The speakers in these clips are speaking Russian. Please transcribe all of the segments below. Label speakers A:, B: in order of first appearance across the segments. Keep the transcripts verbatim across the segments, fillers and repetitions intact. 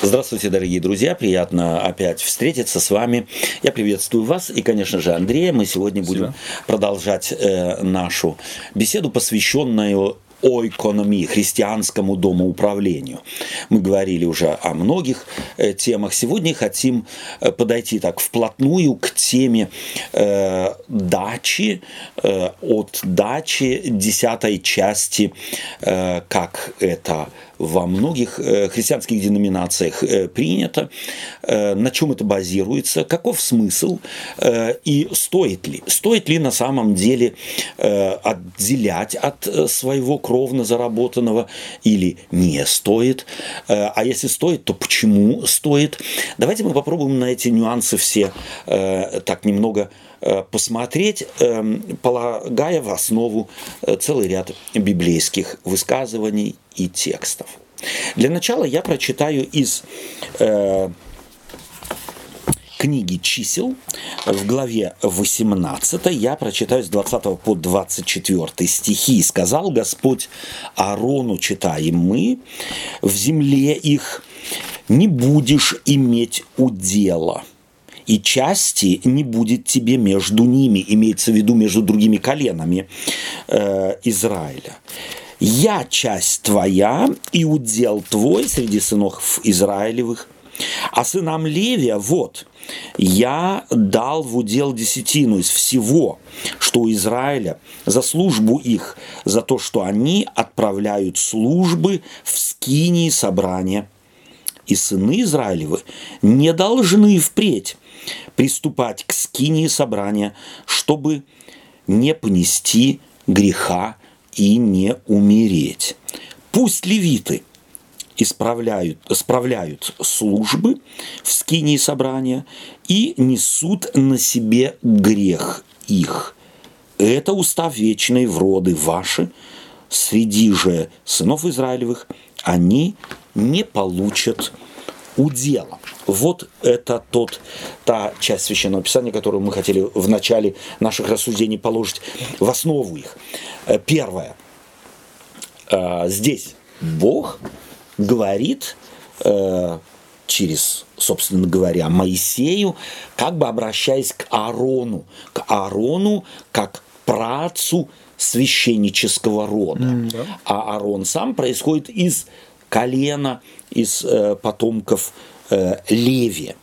A: Здравствуйте, дорогие друзья, приятно опять встретиться с вами. Я приветствую вас и, конечно же, Андрея. Мы сегодня будем продолжать э, нашу беседу, посвященную ойкономии, христианскому домоуправлению. Мы говорили уже о многих э, темах. Сегодня хотим э, подойти так вплотную к теме э, дачи, э, от дачи десятой части, э, как это во многих э, христианских деноминациях э, принято, э, на чем это базируется, каков смысл э, и стоит ли, стоит ли на самом деле э, отделять от э, своего кровно заработанного или не стоит, э, а если стоит, то почему стоит. Давайте мы попробуем на эти нюансы все э, так немного э, посмотреть, э, полагая в основу э, целый ряд библейских высказываний и текстов. Для начала я прочитаю из э, книги «Чисел» в главе восемнадцатой, я прочитаю с двадцатого по двадцать четвёртый стихи. «Сказал Господь Аарону, читаем мы, в земле их не будешь иметь удела, и части не будет тебе между ними», имеется в виду между другими коленами э, Израиля. «Я часть твоя и удел твой среди сынов Израилевых, а сынам Левия, вот, я дал в удел десятину из всего, что у Израиля, за службу их, за то, что они отправляют службы в скинии собрания. И сыны Израилевы не должны впредь приступать к скинии собрания, чтобы не понести греха и не умереть. Пусть левиты исправляют, справляют службы в скинии собрания и несут на себе грех их. Это устав вечный в роды ваши, среди же сынов Израилевых они не получат удела». Вот это тот, та часть Священного Писания, которую мы хотели в начале наших рассуждений положить в основу их. Первое. Здесь Бог говорит через, собственно говоря, Моисею, как бы обращаясь к Аарону, к Аарону как праотцу священнического рода. Mm, да. А Аарон сам происходит из колена, из э, потомков э, Левия.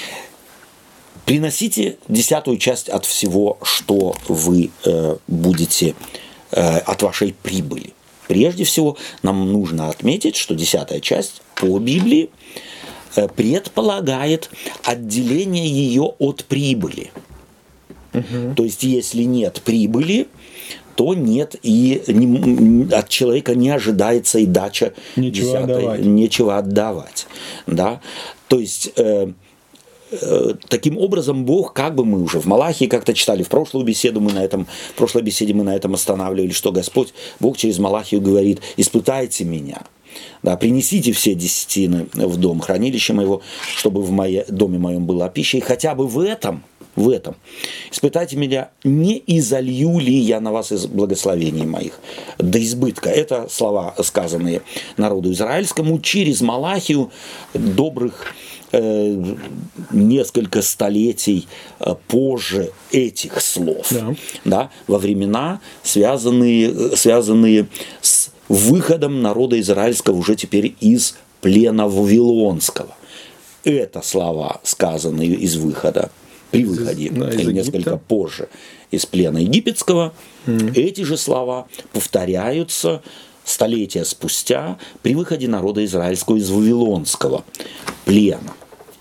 A: «Приносите десятую часть от всего, что вы э, будете, э, от вашей прибыли». Прежде всего, нам нужно отметить, что десятая часть по Библии э, предполагает отделение ее от прибыли. Угу. То есть, если нет прибыли, то нет и не, от человека не ожидается и дача
B: нечего
A: десятой,
B: отдавать.
A: Нечего отдавать. Да? То есть, э, э, таким образом, Бог, как бы мы уже в Малахии как-то читали, в прошлую беседу мы на этом, в прошлой беседе мы на этом останавливали, что Господь, Бог через Малахию говорит: «Испытайте меня». Да, принесите все десятины в дом хранилища моего, чтобы в моем доме моем была пища, и хотя бы в этом, в этом испытайте меня, не изолью ли я на вас из благословений моих до избытка. Это слова, сказанные народу израильскому через Малахию добрых э, несколько столетий э, позже этих слов. Да. Да, во времена, связанные, связанные с выходом народа израильского уже теперь из плена вавилонского. Это слова, сказанные из выхода, при выходе, да, или несколько позже из плена египетского. Mm. Эти же слова повторяются столетия спустя при выходе народа израильского из вавилонского плена.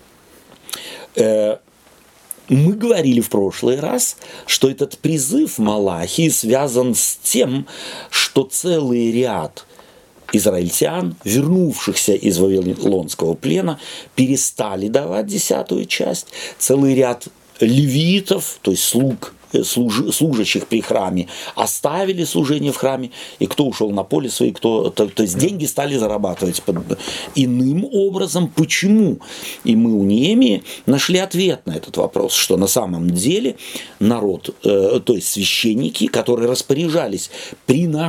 A: Э, Мы говорили в прошлый раз, что этот призыв Малахии связан с тем, что целый ряд израильтян, вернувшихся из вавилонского плена, перестали давать десятую часть. Целый ряд левитов, то есть слуг, служ, служащих при храме, оставили служение в храме, и кто ушел на поле свои, кто, то, то есть деньги стали зарабатывать под иным образом. Почему? И мы у Неемии нашли ответ на этот вопрос, что на самом деле народ, э, то есть священники, которые распоряжались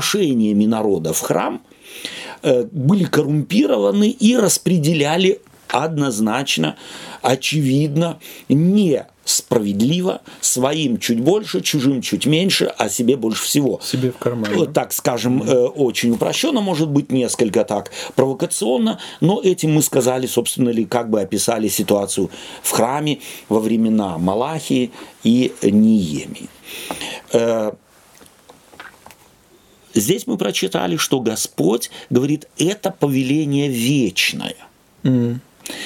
A: приношениями народа в храм, э, были коррумпированы и распределяли однозначно, очевидно, несправедливо, своим чуть больше, чужим чуть меньше, а себе больше всего.
B: Себе в кармане.
A: Вот так скажем, очень упрощенно, может быть, несколько так провокационно, но этим мы сказали, собственно ли, как бы описали ситуацию в храме во времена Малахии и Неемии. Здесь мы прочитали, что Господь говорит, это повеление вечное mm.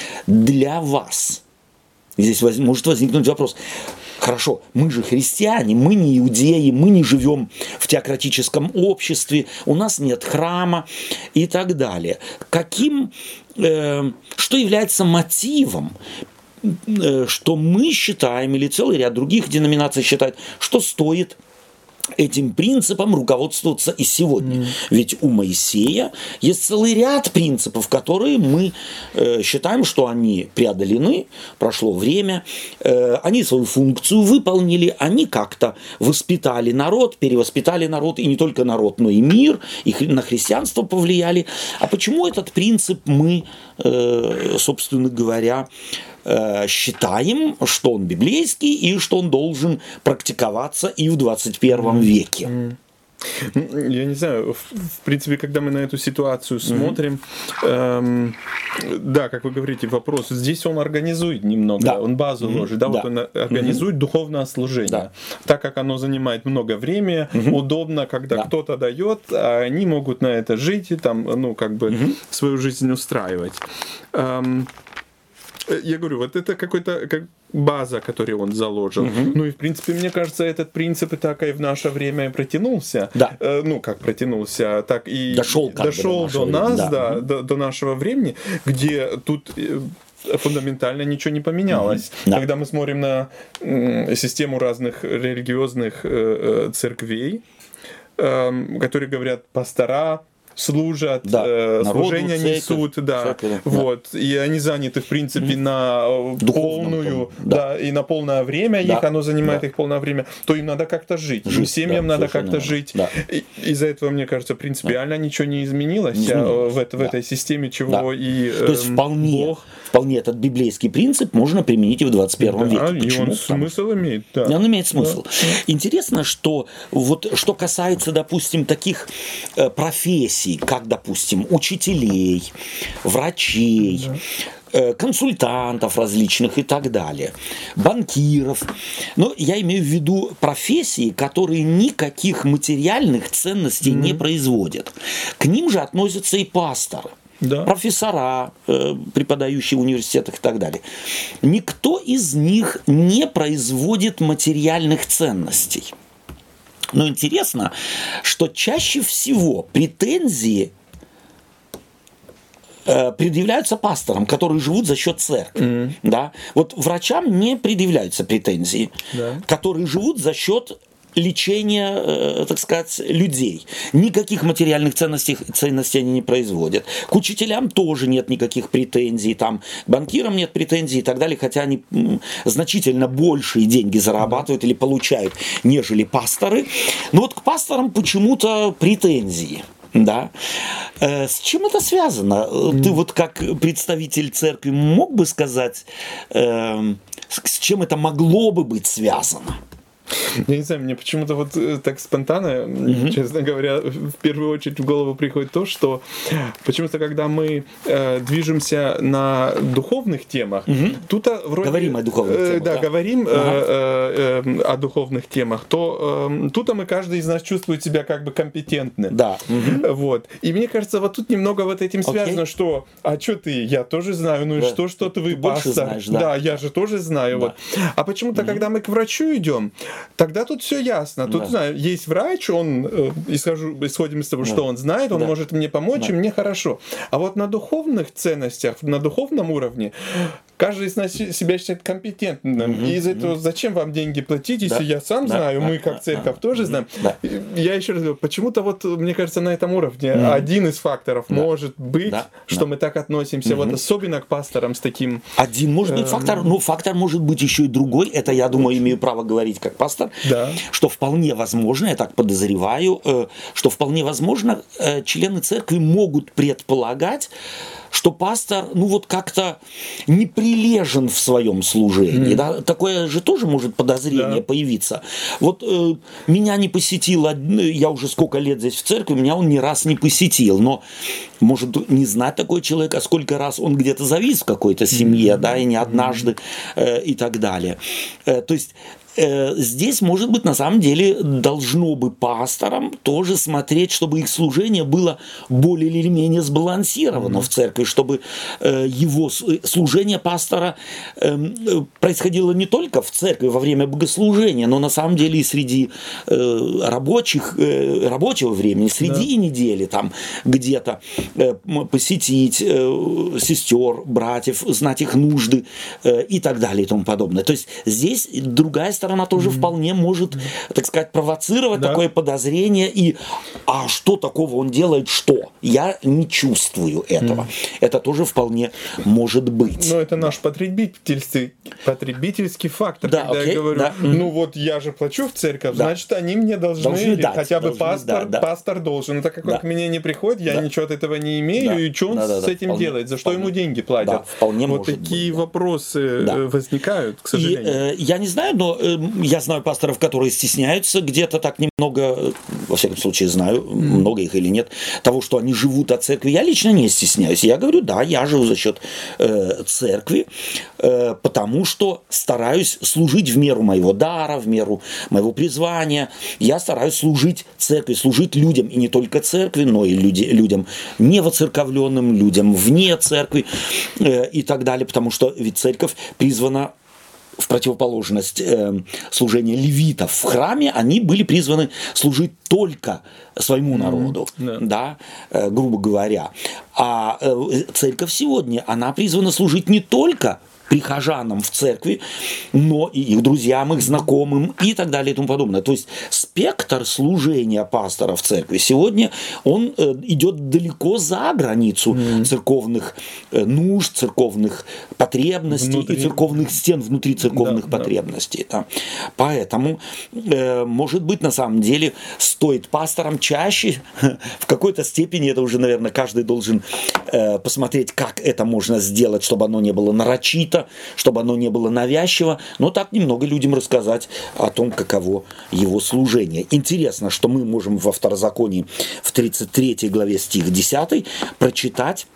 A: для вас. Здесь воз, может возникнуть вопрос. Хорошо, мы же христиане, мы не иудеи, мы не живем в теократическом обществе, у нас нет храма и так далее. Каким, э, что является мотивом, э, что мы считаем, или целый ряд других деноминаций считает, что стоит этим принципом руководствоваться и сегодня. Mm. Ведь у Моисея есть целый ряд принципов, которые мы э, считаем, что они преодолены, прошло время, э, они свою функцию выполнили, они как-то воспитали народ, перевоспитали народ, и не только народ, но и мир, и на христианство повлияли. А почему этот принцип мы, э, собственно говоря, считаем, что он библейский и что он должен практиковаться и в двадцать первом веке?
B: Я не знаю, в, в принципе, когда мы на эту ситуацию смотрим, mm-hmm. эм, да, как вы говорите, вопрос, здесь он организует немного, да. он базу mm-hmm. ложит, да, да, вот он организует mm-hmm. духовное служение, да. так как оно занимает много времени, mm-hmm. удобно, когда да. кто-то дает, а они могут на это жить и там, ну, как бы mm-hmm. свою жизнь устраивать. Эм, Я говорю, вот это какой-то как база, которую он заложил. Uh-huh. Ну и, в принципе, мне кажется, этот принцип и так и в наше время протянулся.
A: Да.
B: Э, ну, как протянулся, так и
A: дошел,
B: дошел до, до нас, да. Да,
A: uh-huh.
B: до, до нашего времени, где тут фундаментально ничего не поменялось. Uh-huh. Да. Когда мы смотрим на м, систему разных религиозных э, церквей, э, которые говорят пастора, служат, да, э, служения несут, да, церковь, вот, да. И они заняты, в принципе, mm-hmm. на Духовном, полную, да. да, и на полное время да. их, оно занимает да. их полное время, то им надо как-то жить, жить им семьям да, надо как-то надо. жить. Да. И, из-за этого, мне кажется, принципиально да. ничего не изменилось, не изменилось. В, в, да. в этой системе, чего да. и э,
A: То есть вполне, Бог... вполне этот библейский принцип можно применить и в двадцать первом
B: да,
A: веке.
B: Почему? И он смысл имеет. Да.
A: Он имеет смысл. Да. Интересно, что вот что касается, допустим, таких э, профессий, как, допустим, учителей, врачей, да. консультантов различных и так далее, банкиров. Но я имею в виду профессии, которые никаких материальных ценностей mm-hmm. не производят. К ним же относятся и пасторы. Да. Профессора, преподающие в университетах и так далее. Никто из них не производит материальных ценностей. Но интересно, что чаще всего претензии э, предъявляются пасторам, которые живут за счет церкви. Mm-hmm. Да? Вот врачам не предъявляются претензии, yeah. которые живут за счет лечения, э, так сказать, людей. Никаких материальных ценностей, ценностей они не производят. К учителям тоже нет никаких претензий, там, к банкирам нет претензий и так далее, хотя они м, значительно большие деньги зарабатывают или получают, нежели пасторы. Но вот к пасторам почему-то претензии. Да. Э, с чем это связано? Mm. Ты вот как представитель церкви мог бы сказать, э, с, с чем это могло бы быть связано?
B: Я не знаю, мне почему-то вот так спонтанно, mm-hmm. честно говоря, в первую очередь в голову приходит то, что почему-то, когда мы э, движемся на духовных темах, mm-hmm. тут вроде...
A: Говорим о духовных темах.
B: Э, да, да, говорим uh-huh. э, э, о духовных темах, то э, тут мы каждый из нас чувствует себя как бы компетентным.
A: Да. Mm-hmm.
B: Вот. И мне кажется, вот тут немного вот этим okay. связано, что, а что ты, я тоже знаю, ну и да. что, что ты вы, ты пастор. Знаешь, да. да, я же тоже знаю. Да. Вот. А почему-то, mm-hmm. когда мы к врачу идем, тогда тут все ясно. Тут, да. знаю, есть врач, он, э, исхожу, исходим из того, да. что он знает, он да. может мне помочь, да. и мне хорошо. А вот на духовных ценностях, на духовном уровне, каждый из нас себя считает компетентным. Mm-hmm. И из этого зачем вам деньги платить, если да. я сам да. знаю, да. мы как церковь да. тоже знаем. Да. Я еще раз говорю, почему-то вот, мне кажется, на этом уровне mm-hmm. один из факторов да. может быть, да. что да. мы так относимся, mm-hmm. вот особенно к пасторам с таким...
A: Один может быть фактор, но фактор может быть еще и другой. Это, я думаю, имею право говорить как пастор, да. что вполне возможно, я так подозреваю, что вполне возможно, члены церкви могут предполагать, что пастор, ну вот как-то не прилежен в своем служении. Mm. Да? Такое же тоже может подозрение yeah. появиться. Вот э, меня не посетило, я уже сколько лет здесь в церкви, меня он ни раз не посетил, но может не знать такой человек, а сколько раз он где-то завис в какой-то семье, mm. да, и не однажды, э, и так далее. Э, то есть здесь, может быть, на самом деле должно бы пасторам тоже смотреть, чтобы их служение было более или менее сбалансировано mm-hmm. в церкви, чтобы его служение пастора происходило не только в церкви во время богослужения, но на самом деле и среди рабочих, рабочего времени, среди yeah. недели, там где-то посетить сестер, братьев, знать их нужды и так далее и тому подобное. То есть здесь другая сторона она тоже mm-hmm. вполне может, так сказать, провоцировать да. такое подозрение. И а что такого он делает, что? Я не чувствую этого. Mm-hmm. Это тоже вполне может быть.
B: Но это наш потребительский, потребительский фактор. Да, когда окей, я говорю, да. ну вот я же плачу в церковь, да. значит, они мне должны, должны или дать, хотя бы должны, пастор, да, да. пастор должен. Но так как да. он к мне не приходит, я да. ничего от этого не имею. Да. И что он да, да, с этим вполне, делает? За что вполне, ему деньги платят? Да, вполне вот такие быть, вопросы да. возникают, к сожалению.
A: И, э, я не знаю, но э, я знаю пасторов, которые стесняются где-то так немного, во всяком случае знаю, mm. много их или нет, того, что они живут от церкви. Я лично не стесняюсь. Я говорю, да, я живу за счет э, церкви, э, потому что стараюсь служить в меру моего дара, в меру моего призвания. Я стараюсь служить церкви, служить людям, и не только церкви, но и люди, людям невоцерковленным, людям вне церкви э, и так далее, потому что ведь церковь призвана в противоположность э, служения левитов в храме, они были призваны служить только своему народу, mm-hmm. да, э, грубо говоря. А э, церковь сегодня, она призвана служить не только прихожанам в церкви, но и их друзьям, их знакомым и так далее и тому подобное. То есть спектр служения пастора в церкви сегодня, он э, идет далеко за границу mm. церковных э, нужд, церковных потребностей внутри... и церковных стен внутри церковных да, потребностей. Да. Да. Поэтому, э, может быть, на самом деле стоит пасторам чаще, в какой-то степени, это уже, наверное, каждый должен э, посмотреть, как это можно сделать, чтобы оно не было нарочито, чтобы оно не было навязчиво, но так немного людям рассказать о том, каково его служение. Интересно, что мы можем во Второзаконии в тридцать третьей главе стих десятый прочитать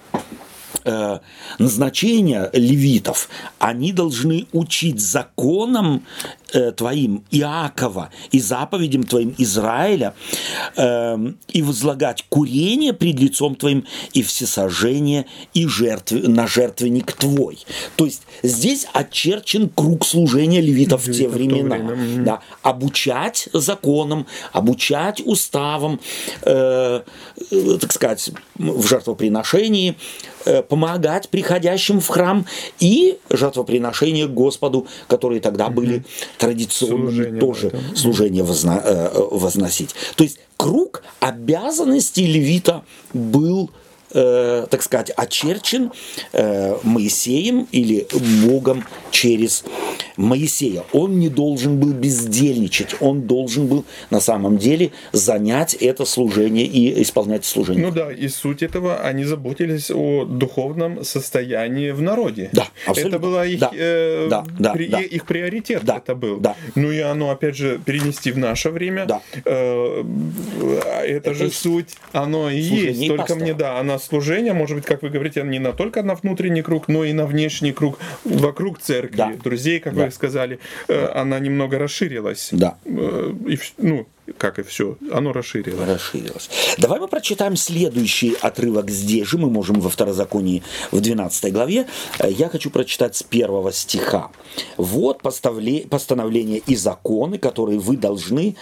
A: э, назначение левитов. Они должны учить законам э, твоим Иакова и заповедям твоим Израиля э, и возлагать курение пред лицом твоим и всесожжение и жертв, на жертвенник твой. То есть здесь очерчен круг служения левитов в те времена. Время. Да. Обучать законам, обучать уставам, э, э, так сказать, в жертвоприношении, э, помогать приходящим в храм и жертвоприношения Господу, которые тогда mm-hmm. были традиционными, служение тоже служение возна, э, возносить. То есть круг обязанностей левита был, э, так сказать, очерчен э, Моисеем или Богом через Моисея. Он не должен был бездельничать, он должен был на самом деле занять это служение и исполнять служение.
B: Ну да, и суть этого, они заботились о духовном состоянии в народе.
A: Да, абсолютно.
B: Это была их,
A: да,
B: э,
A: да, да,
B: при,
A: да.
B: их приоритет,
A: да,
B: это был.
A: Да.
B: Ну и оно, опять же, перенести в наше время,
A: да.
B: э, это, это же суть, оно и есть. Только пастора. Мне, да, она служение, может быть, как вы говорите, не на только на внутренний круг, но и на внешний круг, вокруг церкви, да. друзей, как да. вы сказали, да. она немного расширилась.
A: Да.
B: И, ну, как и все, оно расширилось.
A: расширилось. Давай мы прочитаем следующий отрывок здесь же, мы можем во Второзаконии в двенадцатой главе. Я хочу прочитать с первого стиха. «Вот постановления и законы, которые вы должны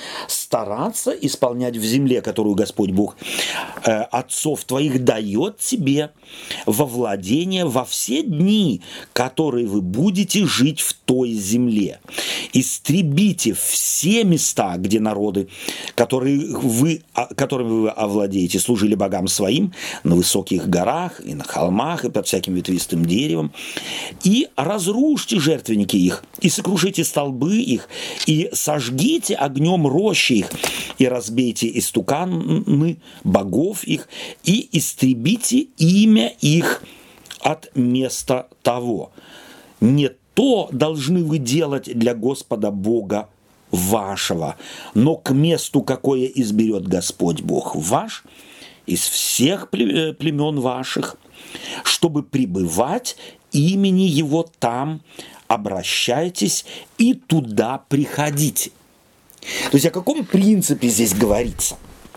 A: стараться исполнять в земле, которую Господь Бог э, отцов твоих дает тебе во владение во все дни, которые вы будете жить в той земле. Истребите все места, где народы, которые вы, которыми вы овладеете, служили богам своим на высоких горах и на холмах и под всяким ветвистым деревом, и разрушьте жертвенники их, и сокрушите столбы их, и сожгите огнем рощи их, и разбейте истуканы богов их, и истребите имя их от места того. Не то должны вы делать для Господа Бога вашего, но к месту, какое изберет Господь Бог ваш, из всех племен ваших, чтобы пребывать имени Его там, обращайтесь и туда приходите. То есть о каком принципе здесь говорится?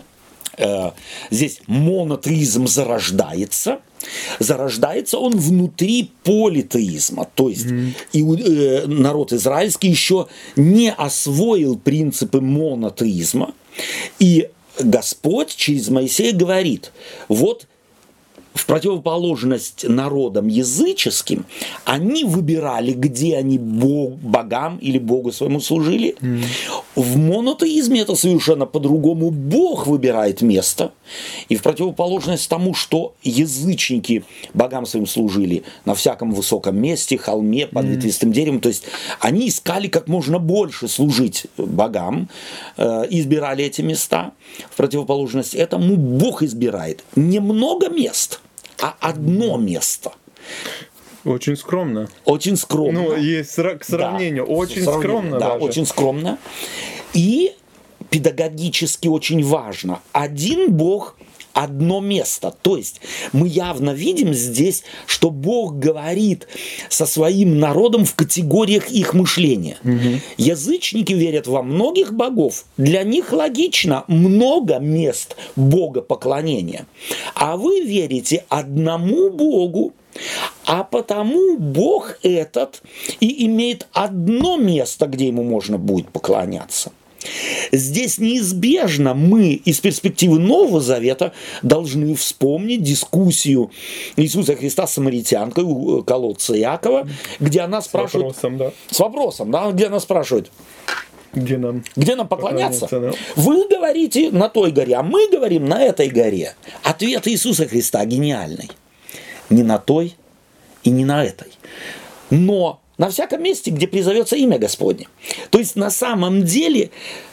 A: Здесь монотеизм зарождается, зарождается он внутри политеизма, то есть mm-hmm. и, народ израильский еще не освоил принципы монотеизма, и Господь через Моисея говорит, вот в противоположность народам языческим, они выбирали, где они бог, богам или Богу своему служили. Mm. В монотеизме это совершенно по-другому. Бог выбирает место. И в противоположность тому, что язычники богам своим служили на всяком высоком месте, холме, под ветвистым mm. деревом, то есть они искали как можно больше служить богам, э, избирали эти места. В противоположность этому Бог избирает немного мест, а одно место.
B: Очень скромно.
A: Очень скромно.
B: Ну, есть к сравнению. Да, очень сравнению, скромно
A: да,
B: даже.
A: очень скромно. И педагогически очень важно. Один Бог, одно место. То есть мы явно видим здесь, что Бог говорит со своим народом в категориях их мышления. Угу. Язычники верят во многих богов. Для них логично много мест богопоклонения. А вы верите одному Богу, а потому Бог этот и имеет одно место, где ему можно будет поклоняться. Здесь неизбежно мы из перспективы Нового Завета должны вспомнить дискуссию Иисуса Христа с самаритянкой у колодца Иакова, где она спрашивает...
B: С вопросом, да.
A: С вопросом, да, где она спрашивает...
B: Где нам,
A: где нам поклоняться?
B: поклоняться да?
A: Вы говорите на той горе, а мы говорим на этой горе. Ответ Иисуса Христа гениальный. Не на той и не на этой. Но на всяком месте, где призовется имя Господне. То есть на самом деле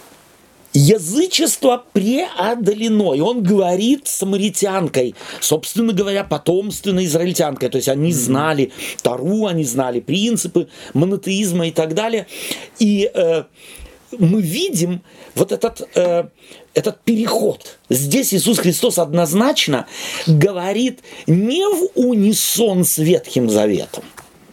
A: язычество преодолено. И он говорит с самаритянкой, собственно говоря, потомственной израильтянкой. То есть они знали Тору, они знали принципы монотеизма и так далее. И э, мы видим вот этот, э, этот переход. Здесь Иисус Христос однозначно говорит не в унисон с Ветхим Заветом,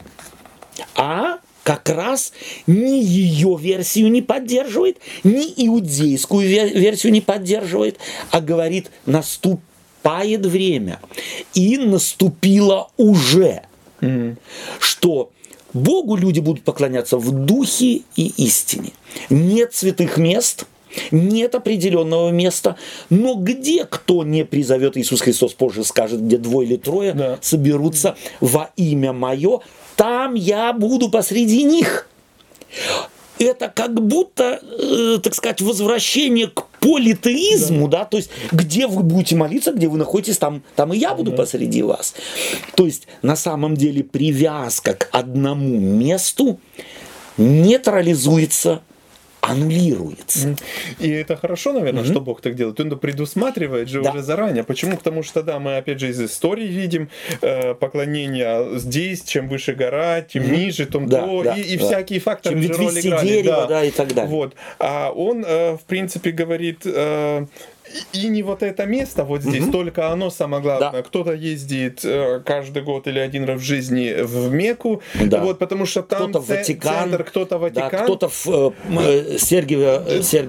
A: а как раз ни ее версию не поддерживает, ни иудейскую версию не поддерживает, а говорит, наступает время, и наступило уже, mm-hmm. что Богу люди будут поклоняться в духе и истине. Нет святых мест, нет определенного места, но где кто не призовет, Иисус Христос позже скажет, где двое или трое да. соберутся во имя Мое, там я буду посреди них. Это как будто, э, так сказать, возвращение к политеизму, да. да, то есть где вы будете молиться, где вы находитесь, там, там и я буду да. посреди вас. То есть на самом деле привязка к одному месту нейтрализуется, аннулируется.
B: И это хорошо, наверное, mm-hmm. что Бог так делает. Он предусматривает же да. уже заранее. Почему? Потому что, да, мы опять же из истории видим э, поклонение здесь, чем выше гора, тем mm-hmm. ниже, тем да, то, да, и, и да. всякие факторы
A: чем роль играли. Дерево, да. Да, и так далее.
B: Вот. А он, э, в принципе, говорит... Э, И не вот это место вот здесь, mm-hmm. только оно самое главное. Да. Кто-то ездит э, каждый год или один раз в жизни в Мекку, да. вот, потому что там
A: кто-то в Ватикан,
B: центр, кто-то в Ватикан.
A: Да, кто-то в э, Сергиево,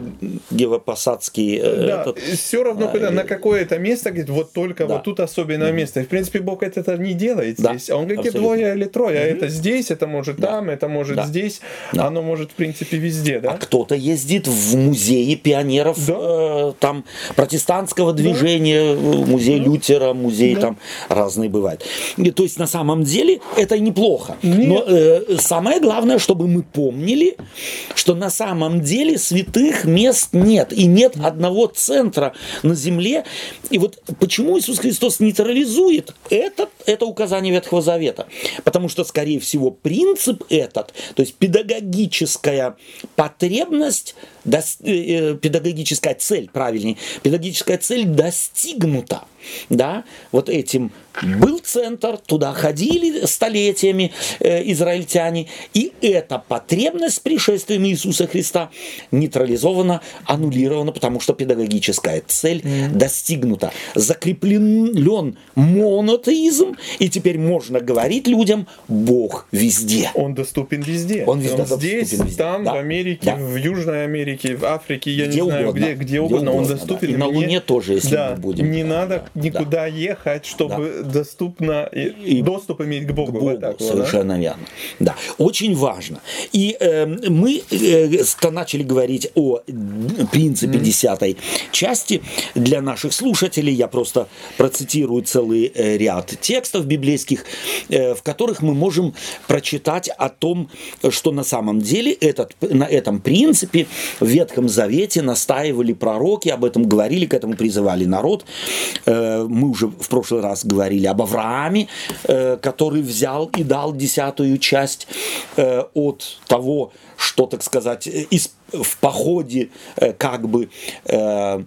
A: Сергиево-Посадский. Э,
B: да,
A: этот,
B: все равно
A: э,
B: на какое-то место, говорит, вот только да. вот тут особенное mm-hmm. место. И, в принципе, Бог это не делает да. здесь. А он говорит, двое или трое. Mm-hmm. Это здесь, это может да. там, это может да. здесь. Да. Оно может, в принципе, везде. Да?
A: А кто-то ездит в музеи пионеров, да. э, там, протестантского движения, да. музей да. Лютера, музей да. там разные бывают. И, то есть на самом деле это неплохо. Нет. Но э, самое главное, чтобы мы помнили, что на самом деле святых мест нет. И нет одного центра на земле. И вот почему Иисус Христос нейтрализует это, это указание Ветхого Завета? Потому что, скорее всего, принцип этот, то есть педагогическая потребность, дос, э, педагогическая цель, правильнее, педагогическая цель достигнута, да, вот этим был центр, туда ходили столетиями э, израильтяне, и эта потребность с пришествием Иисуса Христа нейтрализована, аннулирована, потому что педагогическая цель mm. достигнута. Закреплен монотеизм, и теперь можно говорить людям: Бог везде.
B: Он доступен везде.
A: Он, везде,
B: Он здесь, везде. Там, да. в Америке, да. в Южной Америке, в Африке, я
A: где
B: не знаю,
A: угодно.
B: где, где угодно, где он доступен.
A: Да. И на Луне
B: мне...
A: тоже, если
B: да.
A: мы будем.
B: Не надо да. никуда да. ехать, чтобы да. доступно и, и доступ иметь к Богу.
A: К Богу,
B: вот так,
A: совершенно
B: да?
A: верно. Да, очень важно. И э, мы э, начали говорить о принципе mm. десятой части. Для наших слушателей я просто процитирую целый э, ряд текстов библейских, э, в которых мы можем прочитать о том, что на самом деле этот, на этом принципе в Ветхом Завете настаивали пророки, об этом говорили, к этому призывали народ. Э, мы уже в прошлый раз говорили об Аврааме, который взял и дал десятую часть э, от того, что, так сказать, из, в походе э, как бы э,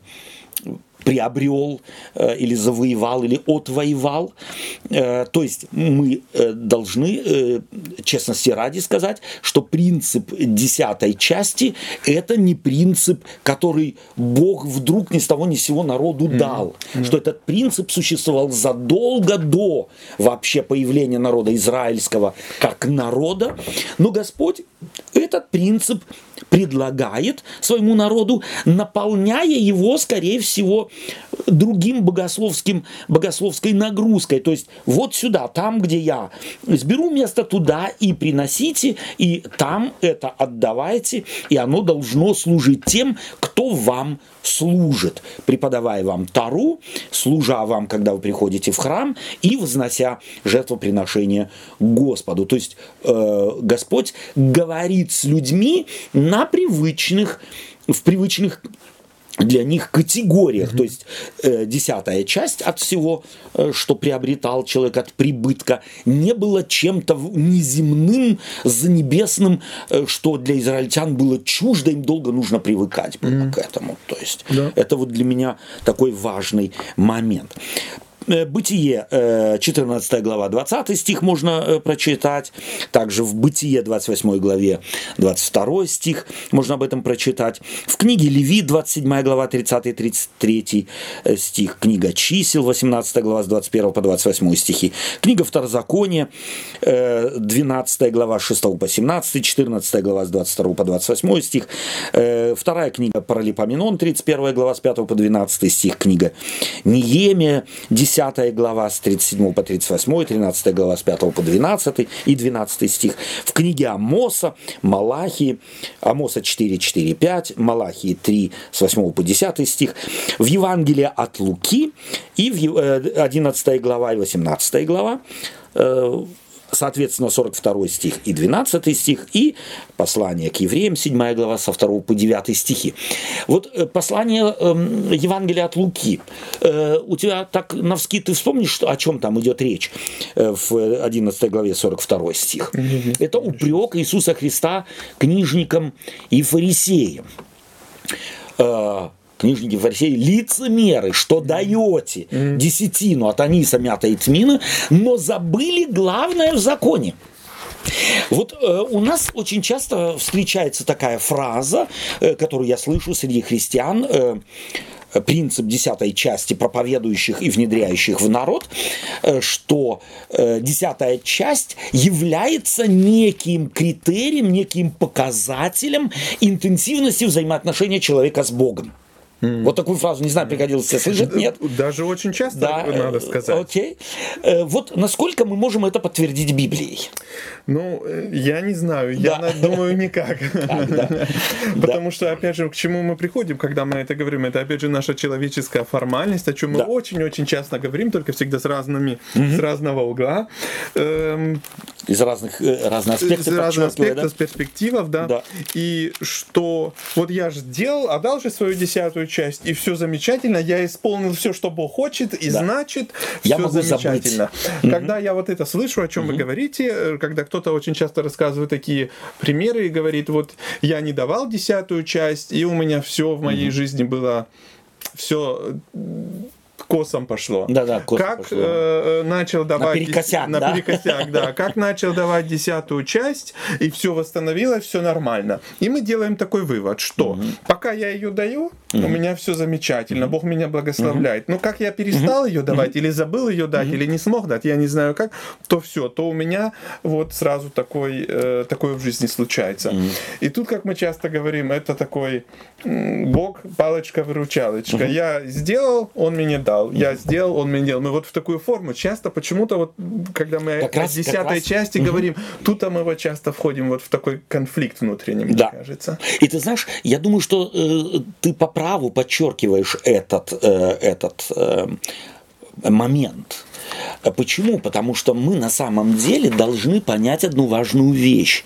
A: приобрел э, или завоевал, или отвоевал. Э, то есть мы э, должны, э, честности ради сказать, что принцип десятой части – это не принцип, который Бог вдруг ни с того ни с сего народу дал. Mm-hmm. Что этот принцип существовал задолго до вообще появления народа израильского как народа. Но Господь этот принцип предлагает своему народу, наполняя его, скорее всего, другим богословским, богословской нагрузкой. То есть вот сюда, там, где я сберу место, туда и приносите, и там это отдавайте, и оно должно служить тем, кто вам служит, преподавая вам Тору, служа вам, когда вы приходите в храм, и вознося жертвоприношение Господу. То есть э, Господь говорит с людьми на привычных, в привычных для них категориях. Mm-hmm. То есть э, десятая часть от всего, э, что приобретал человек от прибытка, не было чем-то неземным, занебесным, э, что для израильтян было чуждо, им долго нужно привыкать было mm-hmm. к этому. То есть yeah. это вот для меня такой важный момент. Бытие, четырнадцатая глава, двадцатый стих можно прочитать. Также в Бытие, двадцать восьмой главе, двадцать второй стих можно об этом прочитать. В книге Левит, двадцать седьмая глава, тридцатый тридцать третий стих. Книга Чисел, восемнадцатая глава, с двадцать первого по двадцать восьмой стихи. Книга Второзакония, двенадцатая глава, с шестого по семнадцатый, четырнадцатая глава, с двадцать второго по двадцать восьмой стих. Вторая книга Паралипоменон, тридцать первая глава, с пятого по двенадцатый стих. Книга Неемия, десятая глава с тридцать седьмого по тридцать восьмой, тринадцатая глава с пятого по двенадцатый и двенадцатый стих. В книге Амоса, Малахии, Амоса четыре, четыре, пять, Малахии три, с восьмого по десятый стих. В Евангелии от Луки и в одиннадцатая глава и восемнадцатая глава, соответственно, сорок второй стих и двенадцатый стих, и послание к евреям, седьмая глава, со второго по девятый стихи. Вот послание э, Евангелия от Луки. Э, у тебя так навскид ты вспомнишь, что, о чем там идет речь э, в одиннадцатой главе, сорок второй стих? Mm-hmm. Это упрек Иисуса Христа книжникам и фарисеям. Э, Книжники, фарисеи, лицемеры, что даете mm. десятину от аниса, мята и тмина, но забыли главное в законе. Вот э, у нас очень часто встречается такая фраза, э, которую я слышу среди христиан, э, принцип десятой части проповедующих и внедряющих в народ, что десятая часть является неким критерием, неким показателем интенсивности взаимоотношения человека с Богом. Mm. Вот такую фразу, не знаю, приходилось тебе слышать, нет?
B: Даже очень часто, да, надо сказать.
A: Окей. Вот насколько мы можем это подтвердить Библией?
B: Ну, я не знаю, да. я думаю, никак. Так, да. Потому да. что, опять же, к чему мы приходим, когда мы это говорим, это, опять же, наша человеческая формальность, о чем да. мы очень-очень часто говорим, только всегда с разными, mm-hmm. с разного угла. Эм,
A: из разных, разных аспектов.
B: Из разных аспектов, да? с перспективов, да. да. И что, вот я же сделал, отдал же свою десятую часть, и все замечательно, я исполнил все, что Бог хочет, и да. значит,
A: я
B: все замечательно.
A: Забыть.
B: Когда mm-hmm. я вот это слышу, о чем mm-hmm. вы говорите, когда кто-то очень часто рассказывает такие примеры и говорит, вот я не давал десятую часть, и у меня все в моей mm-hmm. жизни было, все косом пошло.
A: Да, да, косом
B: как
A: пошло.
B: Э, начал давать
A: наперекосяк,
B: дес...
A: да?
B: наперекосяк, да. Как начал давать десятую часть, и все восстановилось, все нормально. И мы делаем такой вывод, что угу. пока я ее даю, угу. у меня все замечательно, угу. Бог меня благословляет. Угу. Но как я перестал угу. ее давать, угу. или забыл ее дать, угу. или не смог дать, я не знаю как, то все, то у меня вот сразу такой, э, такое в жизни случается. Угу. И тут, как мы часто говорим, это такой Бог, палочка-выручалочка. Угу. Я сделал, он мне дал. Я сделал, он мне делал. Мы вот в такую форму часто почему-то вот, когда мы как о десятой части угу. говорим, тут мы вот часто входим вот в такой конфликт внутренний,
A: да.
B: мне кажется.
A: И ты знаешь, я думаю, что э, ты по праву подчеркиваешь этот, э, этот э, момент. Почему? Потому что мы на самом деле должны понять одну важную вещь.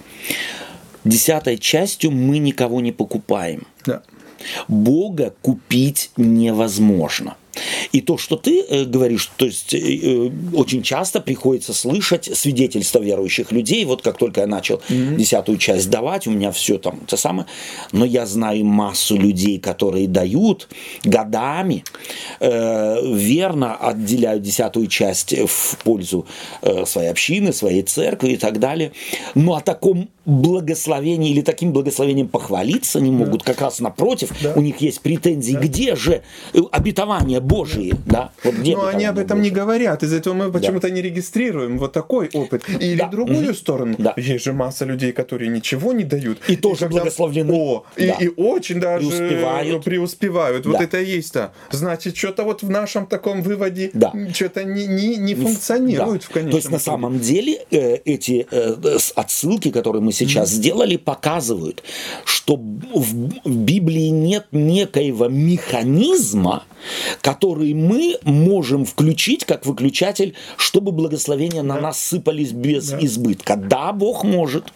A: Десятой частью мы никого не покупаем.
B: Да.
A: Бога купить невозможно. И то, что ты э, говоришь, то есть э, очень часто приходится слышать свидетельства верующих людей, вот как только я начал mm-hmm. десятую часть давать, у меня все там то самое, но я знаю массу людей, которые дают годами, э, верно отделяют десятую часть в пользу э, своей общины, своей церкви и так далее, но о таком благословении или таким благословением похвалиться не могут, yeah. как раз напротив, да. у них есть претензии, yeah. где же обетование Божьи, да? Вот где
B: но они об этом Божьи? Не говорят, из-за этого мы почему-то да. не регистрируем вот такой опыт. Или да. другую mm-hmm. сторону. Да. Есть же масса людей, которые ничего не дают.
A: И, и тоже когда... благословлены.
B: О, да. и, и очень даже преуспевают. преуспевают. Да. Вот это и есть-то. Значит, что-то вот в нашем таком выводе да. что-то не, не, не функционирует да. в конечном
A: То есть, на самом деле, э, эти э, отсылки, которые мы сейчас mm-hmm. сделали, показывают, что в, в Библии нет некоего механизма, который мы можем включить как выключатель, чтобы благословения да. на нас сыпались без да. избытка. Да, Бог может,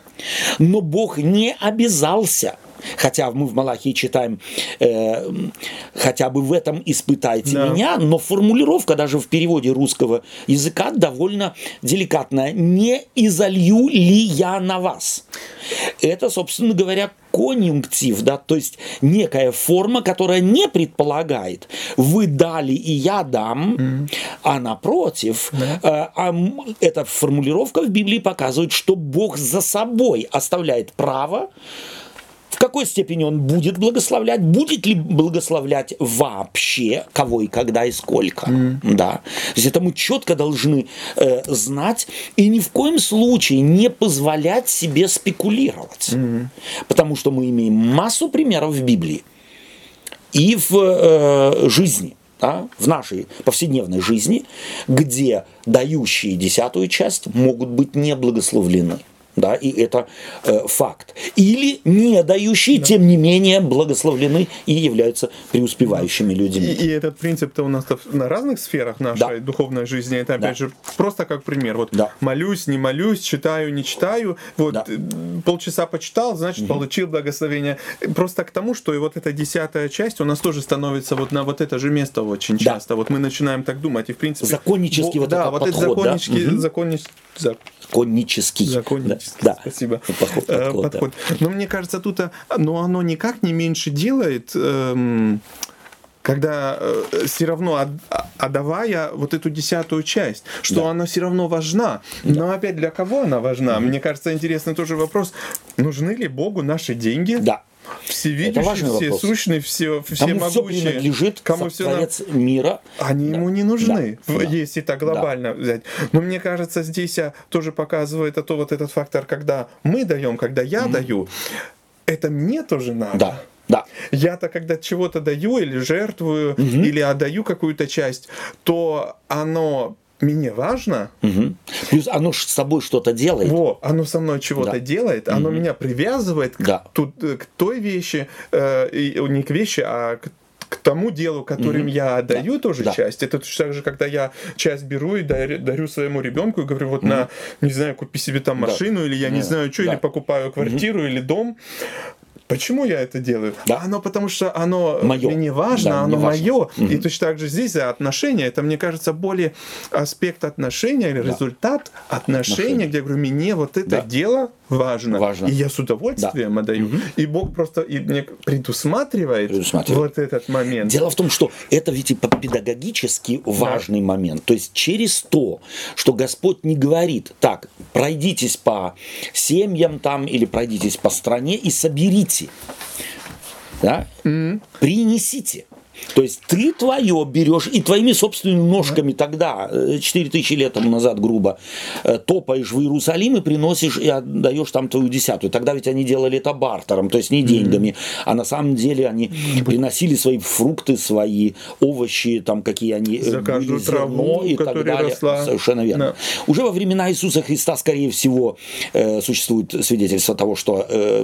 A: но Бог не обязался. Хотя мы в Малахии читаем, э, хотя бы в этом испытайте да. меня, но формулировка даже в переводе русского языка довольно деликатная. Не изолью ли я на вас? Это, собственно говоря, конъюнктив, да, то есть некая форма, которая не предполагает вы дали и я дам, mm-hmm. а напротив, yeah. э, а, эта формулировка в Библии показывает, что Бог за собой оставляет право. В какой степени он будет благословлять? Будет ли благословлять вообще? Кого и когда и сколько? Mm. Да. То есть это мы четко должны э, знать и ни в коем случае не позволять себе спекулировать. Mm. Потому что мы имеем массу примеров в Библии и в э, жизни. Да, в нашей повседневной жизни, где дающие десятую часть могут быть не благословлены. Да, и это э, факт. Или не дающие, да. тем не менее, благословлены и являются преуспевающими людьми.
B: И, и этот принцип-то у нас на разных сферах нашей да. духовной жизни. Это, опять да. же, просто как пример. Вот да. молюсь, не молюсь, читаю, не читаю. Вот да. полчаса почитал, значит, угу. получил благословение. Просто к тому, что и вот эта десятая часть у нас тоже становится вот на вот это же место очень да. часто. Вот мы начинаем так думать. И, в принципе...
A: Законнический вот
B: да,
A: этот
B: вот
A: подход.
B: Это законнический,
A: да?
B: законнич...
A: Законнический.
B: Законнический.
A: Да.
B: Спасибо.
A: Подход, подход,
B: подход.
A: Да.
B: Но мне кажется, тут но оно никак не меньше делает, эм, когда э, все равно отдавая вот эту десятую часть, что да. она все равно важна. Да. Но опять для кого она важна? Mm-hmm. Мне кажется, интересный тоже вопрос. Нужны ли Богу наши деньги?
A: Да.
B: Всевидящий, всесущный, все, всемогущий.
A: Все принадлежит,
B: кому
A: Творец
B: все
A: мира.
B: Они да. ему не нужны, да. если так глобально
A: да.
B: взять. Но мне кажется, здесь тоже показывает это вот этот фактор, когда мы даем, когда я mm. даю, это мне тоже надо.
A: Да. Да.
B: Я-то, когда чего-то даю или жертвую, угу. или отдаю какую-то часть, то оно мне важно.
A: Угу. Плюс оно с собой что-то делает.
B: Во, оно со мной чего-то да. делает, оно угу. меня привязывает да. к, ту, к той вещи, э, не к вещи, а к к тому делу, которым mm-hmm. я отдаю да, тоже да. часть. Это точно так же, когда я часть беру и дарю, дарю своему ребенку и говорю, вот mm-hmm. на, не знаю, купи себе там машину, да. или я не yeah. знаю что, да. или покупаю квартиру, mm-hmm. или дом. Почему я это делаю? Да. Оно потому что оно моё. Мне важно, да, оно мое. Угу. И точно так же здесь за отношения. Это, мне кажется, более аспект отношения или да. результат отношения, отношения, где я говорю, мне вот это да. дело важно. важно. И я с удовольствием да. отдаю. Угу. И Бог просто и мне предусматривает, предусматривает вот этот момент.
A: Дело в том, что это ведь и педагогически важный да. момент. То есть через то, что Господь не говорит, так, пройдитесь по семьям там или пройдитесь по стране и соберите. Да? Mm-hmm. Принесите. То есть ты твое берешь и твоими собственными ножками тогда, четыре тысячи лет тому назад, грубо, топаешь в Иерусалим и приносишь и отдаешь там твою десятую. Тогда ведь они делали это бартером, то есть не деньгами, mm-hmm. а на самом деле они mm-hmm. приносили свои фрукты, свои овощи, там какие они
B: за каждую траву,
A: и так далее. Росла. Совершенно верно. Yeah. Уже во времена Иисуса Христа, скорее всего, существует свидетельство того, что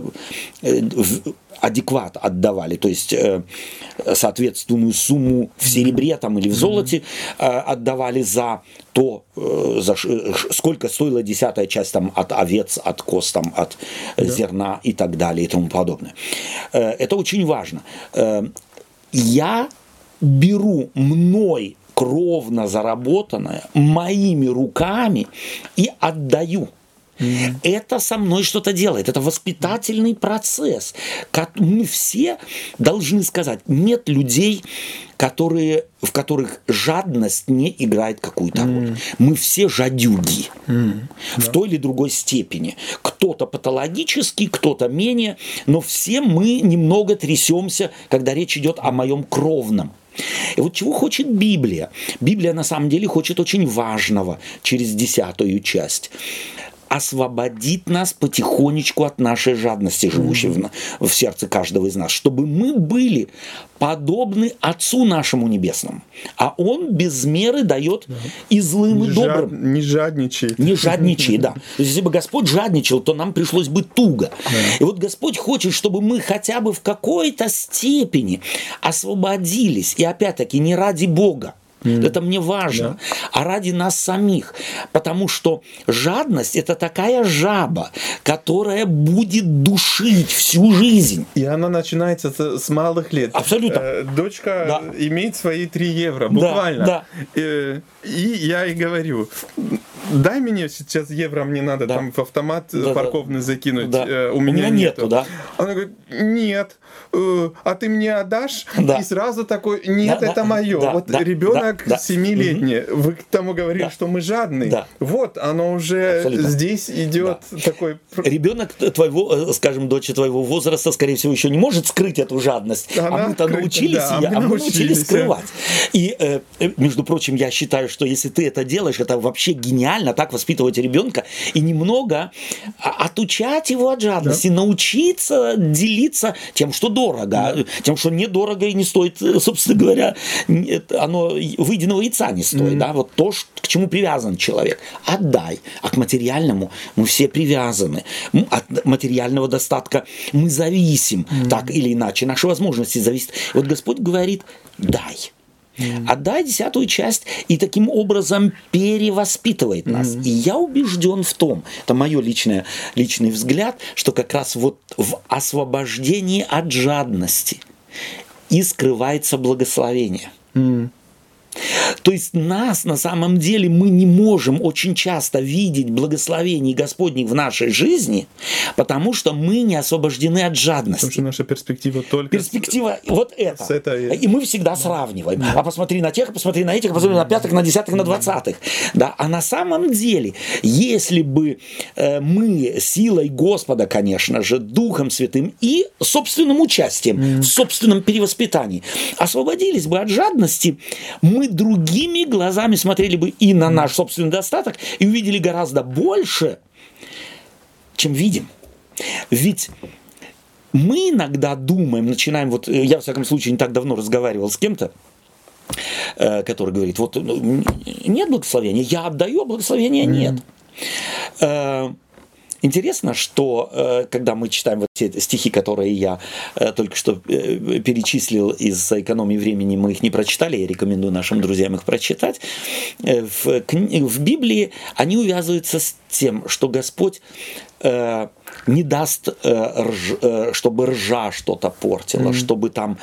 A: адекват отдавали, то есть э, соответственную сумму в серебре там, или в золоте э, отдавали за то, э, за ш, сколько стоила десятая часть там, от овец, от коз, там, от да. зерна и так далее и тому подобное. Э, это очень важно. Э, я беру мной кровно заработанное моими руками и отдаю. Mm-hmm. Это со мной что-то делает. Это воспитательный процесс. Мы все должны сказать, нет людей, которые, в которых жадность не играет какую-то роль. Mm-hmm. Мы все жадюги. Mm-hmm. В yeah. той или другой степени. Кто-то патологический, кто-то менее, но все мы немного трясемся, когда речь идет о моем кровном. И вот чего хочет Библия? Библия на самом деле хочет очень важного через десятую часть. Освободит нас потихонечку от нашей жадности, живущей mm-hmm. в, в сердце каждого из нас, чтобы мы были подобны Отцу нашему Небесному. А Он без меры дает mm-hmm. и злым,
B: не
A: и добрым.
B: Жад, не жадничай.
A: Не жадничай, да. То есть, если бы Господь жадничал, то нам пришлось бы туго. Mm-hmm. И вот Господь хочет, чтобы мы хотя бы в какой-то степени освободились. И опять-таки не ради Бога. Mm. Это мне важно, yeah. а ради нас самих. Потому что жадность – это такая жаба, которая будет душить всю жизнь.
B: И она начинается с малых лет.
A: Абсолютно.
B: Дочка
A: да.
B: имеет свои три евро, буквально.
A: Да, да.
B: И я ей говорю, дай мне сейчас евро, мне надо да. там в автомат да, парковный да. закинуть.
A: Да.
B: У меня,
A: У меня нету. нету да.
B: Она говорит, нет. А ты мне отдашь?
A: Да.
B: И сразу такой, нет,
A: да,
B: это
A: да,
B: мое.
A: да,
B: вот
A: да,
B: ребенок
A: да,
B: семилетний,
A: да.
B: вы к тому говорили, да. что мы жадные. Да. Вот, оно уже Абсолютно. Здесь идет да. такой...
A: Ребенок твоего, скажем, дочь твоего возраста, скорее всего, еще не может скрыть эту жадность. Она а мы-то скрыть, научились да, ее, а мы научились, научились скрывать. И, между прочим, я считаю, что если ты это делаешь, это вообще гениально, так воспитывать ребенка и немного отучать его от жадности, да. научиться делиться тем, что дорого, да. тем, что недорого и не стоит, собственно говоря, оно выеденного яйца не стоит. Mm-hmm. Да? Вот то, к чему привязан человек. Отдай. А к материальному мы все привязаны. От материального достатка мы зависим. Mm-hmm. Так или иначе. Наши возможности зависят. И вот Господь говорит, дай. Mm-hmm. Отдай десятую часть и таким образом перевоспитывает нас. Mm-hmm. И я убежден в том, это мой личный, личный взгляд, что как раз вот в освобождении от жадности и скрывается благословение. Mm-hmm. То есть нас на самом деле мы не можем очень часто видеть благословений Господних в нашей жизни, потому что мы не освобождены от жадности.
B: Потому что наша перспектива только
A: перспектива с, вот это.
B: С этой...
A: И мы всегда сравниваем. Да. А посмотри на тех, а посмотри на этих, а посмотри на пятых, на десятых, на двадцатых. Да. А на самом деле, если бы э, мы силой Господа, конечно же, Духом Святым и собственным участием, mm. в собственном перевоспитании освободились бы от жадности, мы другими глазами смотрели бы и на наш собственный достаток, и увидели гораздо больше, чем видим. Ведь мы иногда думаем, начинаем, вот я, во всяком случае, не так давно разговаривал с кем-то, который говорит, вот нет благословения, я отдаю, а благословения нет. Mm. Интересно, что когда мы читаем вот те стихи, которые я только что перечислил из-за экономии времени, мы их не прочитали, я рекомендую нашим друзьям их прочитать. В, в Библии они увязываются с тем, что Господь не даст, чтобы ржа что-то портила, mm-hmm. чтобы там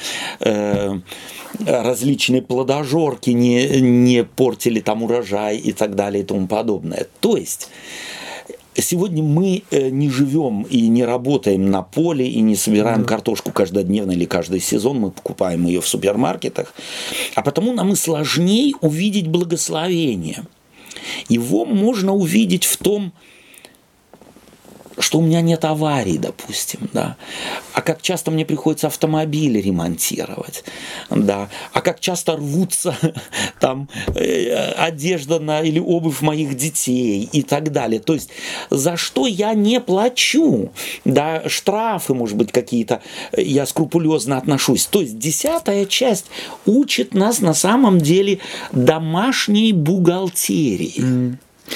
A: различные плодожорки не, не портили там урожай и так далее и тому подобное. То есть сегодня мы не живем и не работаем на поле, и не собираем mm-hmm. картошку каждодневно или каждый сезон, мы покупаем ее в супермаркетах, а потому нам и сложнее увидеть благословение. Его можно увидеть в том, что у меня нет аварий, допустим, да, а как часто мне приходится автомобили ремонтировать, да, а как часто рвутся там одежда на, или обувь моих детей и так далее. То есть за что я не плачу, да, штрафы, может быть, какие-то, я скрупулезно отношусь. То есть десятая часть учит нас на самом деле домашней бухгалтерии. Mm.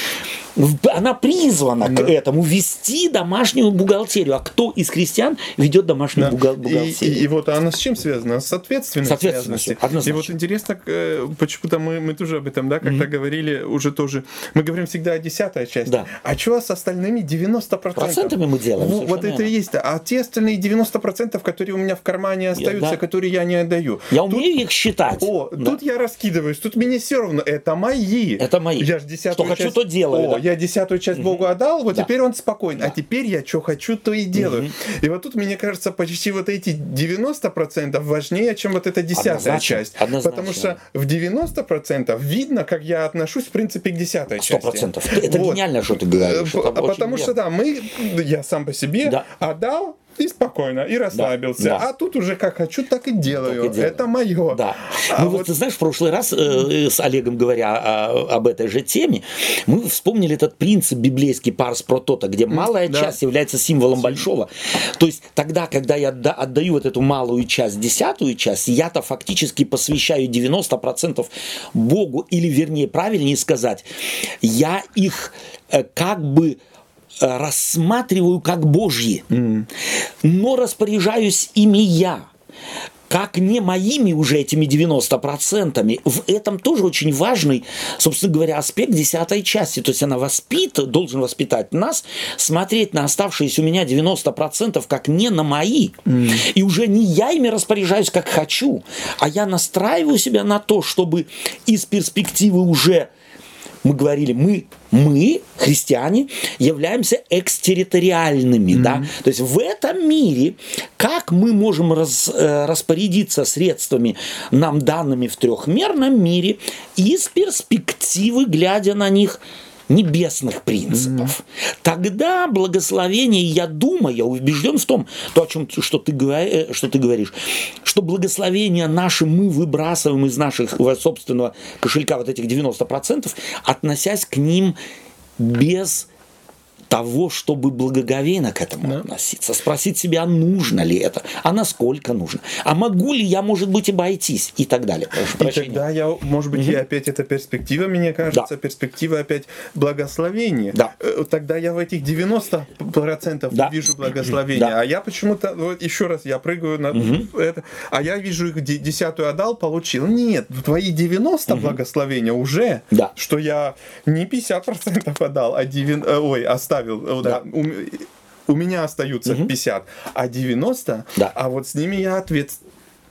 A: Она призвана да. к этому, вести домашнюю бухгалтерию. А кто из христиан ведет домашнюю да. бухгалтерию?
B: И, и, и вот она с чем связана? С ответственностью.
A: С ответственностью, однозначно.
B: И вот интересно, почему-то мы, мы тоже об этом, да, как-то mm-hmm. говорили уже тоже. Мы говорим всегда о десятой части. Да. А что с остальными девяносто процентов?
A: Процентами мы делаем.
B: Вот, вот это и есть. А те остальные девяносто процентов, которые у меня в кармане остаются, да. которые я не отдаю.
A: Я
B: тут,
A: умею их считать.
B: О, да. тут я раскидываюсь, тут мне все равно. Это мои.
A: Это мои.
B: Я ж десятую
A: что
B: часть...
A: хочу, то делаю.
B: О,
A: да.
B: я десятую часть Богу отдал, вот да. теперь он спокойный. Да. А теперь я что хочу, то и делаю. Угу. И вот тут, мне кажется, почти вот эти девяносто процентов важнее, чем вот эта десятая Однозначно. часть.
A: Однозначно.
B: Потому что в девяносто процентов видно, как я отношусь, в принципе, к десятой части.
A: сто процентов. Это вот. Гениально, что ты говоришь.
B: Это потому что, да, мы, я сам по себе да. отдал, и спокойно, и расслабился. Да, да. А тут уже как хочу, так и делаю. Так и делаю. Это мое.
A: Да. А ну вот, вот ты знаешь, в прошлый раз э, с Олегом, говоря о, об этой же теме, мы вспомнили этот принцип библейский парс про тото, где малая да. часть является символом большого. То есть тогда, когда я отдаю вот эту малую часть, десятую часть, я-то фактически посвящаю девяносто процентов Богу, или вернее, правильнее сказать, я их э, как бы рассматриваю как Божьи, mm. но распоряжаюсь ими я, как не моими уже этими девяносто процентами. В этом тоже очень важный, собственно говоря, аспект десятой части. То есть она воспит, должен воспитать нас, смотреть на оставшиеся у меня девяносто процентов как не на мои. Mm. И уже не я ими распоряжаюсь как хочу, а я настраиваю себя на то, чтобы из перспективы уже мы говорили, мы, мы, христиане, являемся экстерриториальными. Mm-hmm. Да? То есть в этом мире, как мы можем раз, распорядиться средствами, нам данными в трехмерном мире, из перспективы, глядя на них, небесных принципов. Mm-hmm. Тогда благословение, я думаю, я убежден в том, то, о чем что ты, что ты говоришь, что благословение наши мы выбрасываем из нашего собственного кошелька вот этих девяносто процентов, относясь к ним без того, чтобы благоговейно к этому да. относиться, спросить себя, нужно ли это, а насколько нужно, а могу ли я, может быть, обойтись и так далее. Прошу
B: и
A: прощения.
B: Тогда я, может быть, угу. и опять эта перспектива, мне кажется, да. перспектива опять благословения.
A: Да.
B: Тогда я в этих девяносто процентов да. вижу благословение, да. а я почему-то, вот еще раз, я прыгаю на угу. это, а я вижу их десятую отдал, получил. Нет, твои девяносто угу. благословения уже, да. что я не пятьдесят процентов отдал, а девяносто, ой, оставил. Да. У, у меня остаются угу. пятьдесят, а девяносто, да. а вот с ними я ответственен.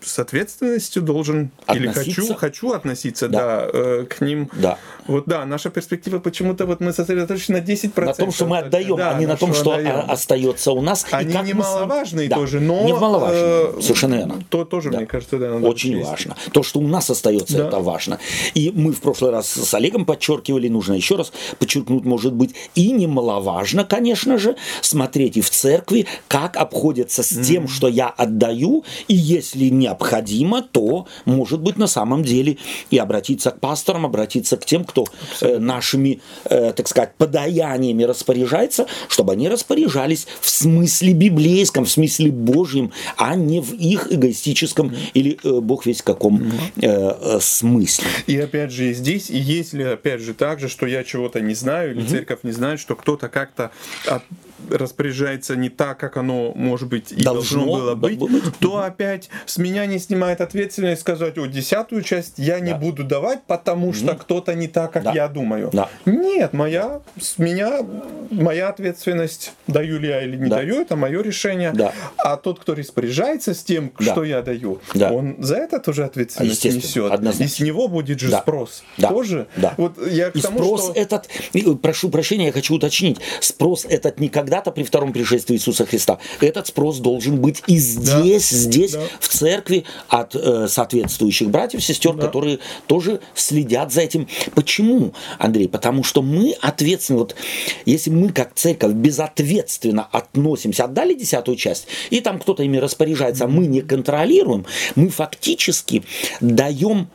B: с ответственностью должен относиться. или хочу, хочу относиться да. Да, к ним. Да. Вот да, наша перспектива почему-то вот мы сосредоточены на десять процентов.
A: На том, что мы отдаем, да, а не на том, что отдаем. остается у нас.
B: Они немаловажные
A: да.
B: тоже, но...
A: Немаловажные, совершенно верно.
B: То тоже, да. мне кажется, да, надо
A: очень
B: учесть.
A: важно. То, что у нас остается, да. это важно. И мы в прошлый раз с Олегом подчеркивали, нужно еще раз подчеркнуть, может быть, и немаловажно, конечно же, смотреть и в церкви, как обходятся с mm. тем, что я отдаю, и если необходимо, то, может быть, на самом деле и обратиться к пасторам, обратиться к тем, кто э, нашими, э, так сказать, подаяниями распоряжается, чтобы они распоряжались в смысле библейском, в смысле Божьем, а не в их эгоистическом mm. или э, бог весть каком mm. э, э, смысле.
B: И опять же, здесь, и если, опять же, так же, что я чего-то не знаю, или mm-hmm. церковь не знает, что кто-то как-то от... распоряжается не так, как оно, может быть, и должно, должно было быть, быть, то опять с меня не снимает ответственность сказать, о, десятую часть я не да. буду давать, потому что mm-hmm. кто-то не так, как да. я думаю. Да. Нет, моя, с меня, моя ответственность, даю ли я или не да. даю, это мое решение. Да. А тот, кто распоряжается с тем, да. что я даю, да. он за это тоже ответственность несет. Однозначно. И с него будет же да. спрос.
A: Да.
B: Тоже.
A: Да.
B: Вот я к
A: и
B: тому,
A: спрос
B: что...
A: этот, прошу прощения, я хочу уточнить, спрос этот никогда когда-то при втором пришествии Иисуса Христа. Этот спрос должен быть и здесь, да, здесь, да. в церкви от э, соответствующих братьев, сестер, да. которые тоже следят за этим. Почему, Андрей? Потому что мы ответственны. Вот если мы как церковь безответственно относимся, отдали десятую часть, и там кто-то ими распоряжается, а мы не контролируем, мы фактически даем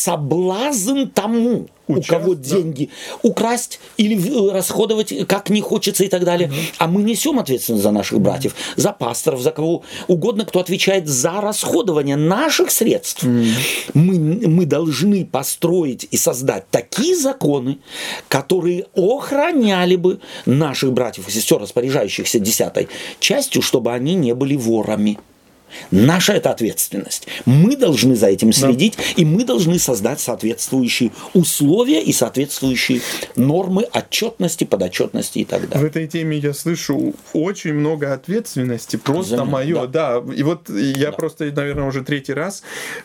A: соблазн тому, Участ, у кого да. деньги украсть или расходовать как не хочется и так далее. Mm-hmm. А мы несем ответственность за наших братьев, mm-hmm. за пасторов, за кого угодно, кто отвечает за расходование наших средств. Mm-hmm. Мы, мы должны построить и создать такие законы, которые охраняли бы наших братьев и сестер, распоряжающихся десятой частью, чтобы они не были ворами. Наша это ответственность. Мы должны за этим следить, да. и мы должны создать соответствующие условия и соответствующие нормы отчетности, подотчетности и так далее.
B: В этой теме я слышу очень много ответственности, просто мое, да. да. И вот я да. просто, наверное, уже третий раз.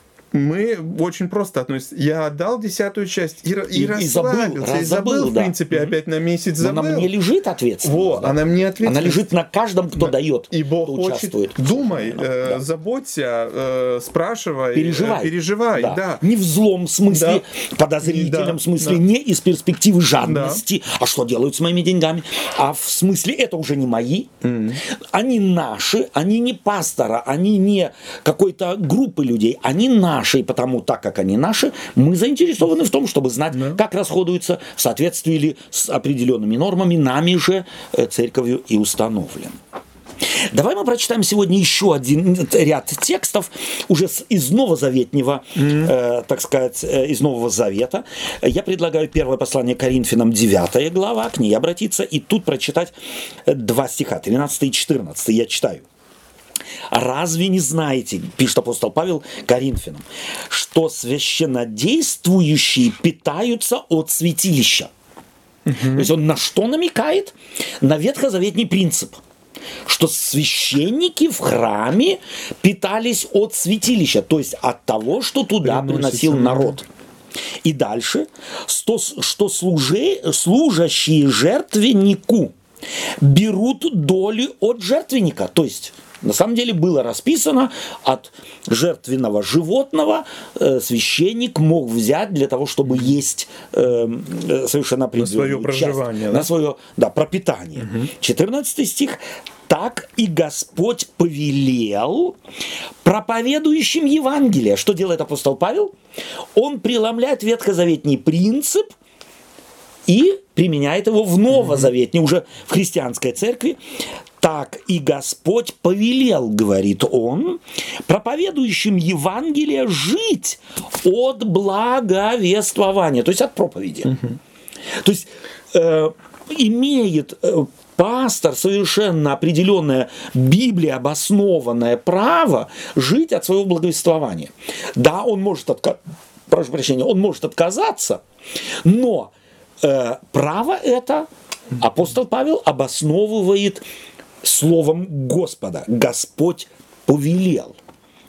B: Мы очень просто относимся. Я отдал десятую часть и, и, и расслабился, и забыл, и забыл, в да. принципе, mm-hmm. опять на месяц забыл.
A: Но на мне лежит ответственность.
B: Во, да. Она мне ответственность.
A: Она лежит на каждом, кто да. дает,
B: и Бог
A: кто
B: хочет.
A: участвует.
B: Думай, э, да. заботься, э, спрашивай,
A: переживай.
B: Э, переживай да. Да.
A: Не в злом смысле, да. подозрительном да. смысле, да. не из перспективы жадности, да. а что делают с моими деньгами, а в смысле, это уже не мои, mm-hmm. они наши, они не пастора, они не какой-то группы людей, они наши, и потому так, как они наши, мы заинтересованы в том, чтобы знать, да. как расходуются, в соответствии ли с определенными нормами, нами же церковью и установлен. Давай мы прочитаем сегодня еще один ряд текстов уже из новозаветнего, mm-hmm. э, так сказать, э, из Нового Завета. Я предлагаю первое послание Коринфянам, девятая глава, к ней обратиться, и тут прочитать два стиха, тринадцатый и четырнадцатый. Я читаю. «Разве не знаете, — пишет апостол Павел Коринфянам, — что священнодействующие питаются от святилища?» Uh-huh. То есть он на что намекает? На ветхозаветний принцип, что священники в храме питались от святилища, то есть от того, что туда приносил народ. И дальше, что, что служи, служащие жертвеннику берут доли от жертвенника, то есть на самом деле было расписано, от жертвенного животного э, священник мог взять для того, чтобы есть э, совершенно определенную
B: на свое проживание,
A: часть,
B: да?
A: на свое да, пропитание. Угу. четырнадцатый стих. «Так и Господь повелел проповедующим Евангелие». Что делает апостол Павел? Он преломляет ветхозаветний принцип и применяет его в новозаветний, угу. уже в христианской церкви. «Так и Господь повелел, — говорит он, — проповедующим Евангелие жить от благовествования», то есть от проповеди. Uh-huh. То есть э, имеет э, пастор совершенно определенное Библией обоснованное право жить от своего благовествования. Да, он может, отка... прошу прощения, он может отказаться, но э, право это апостол Павел обосновывает словом Господа. Господь повелел.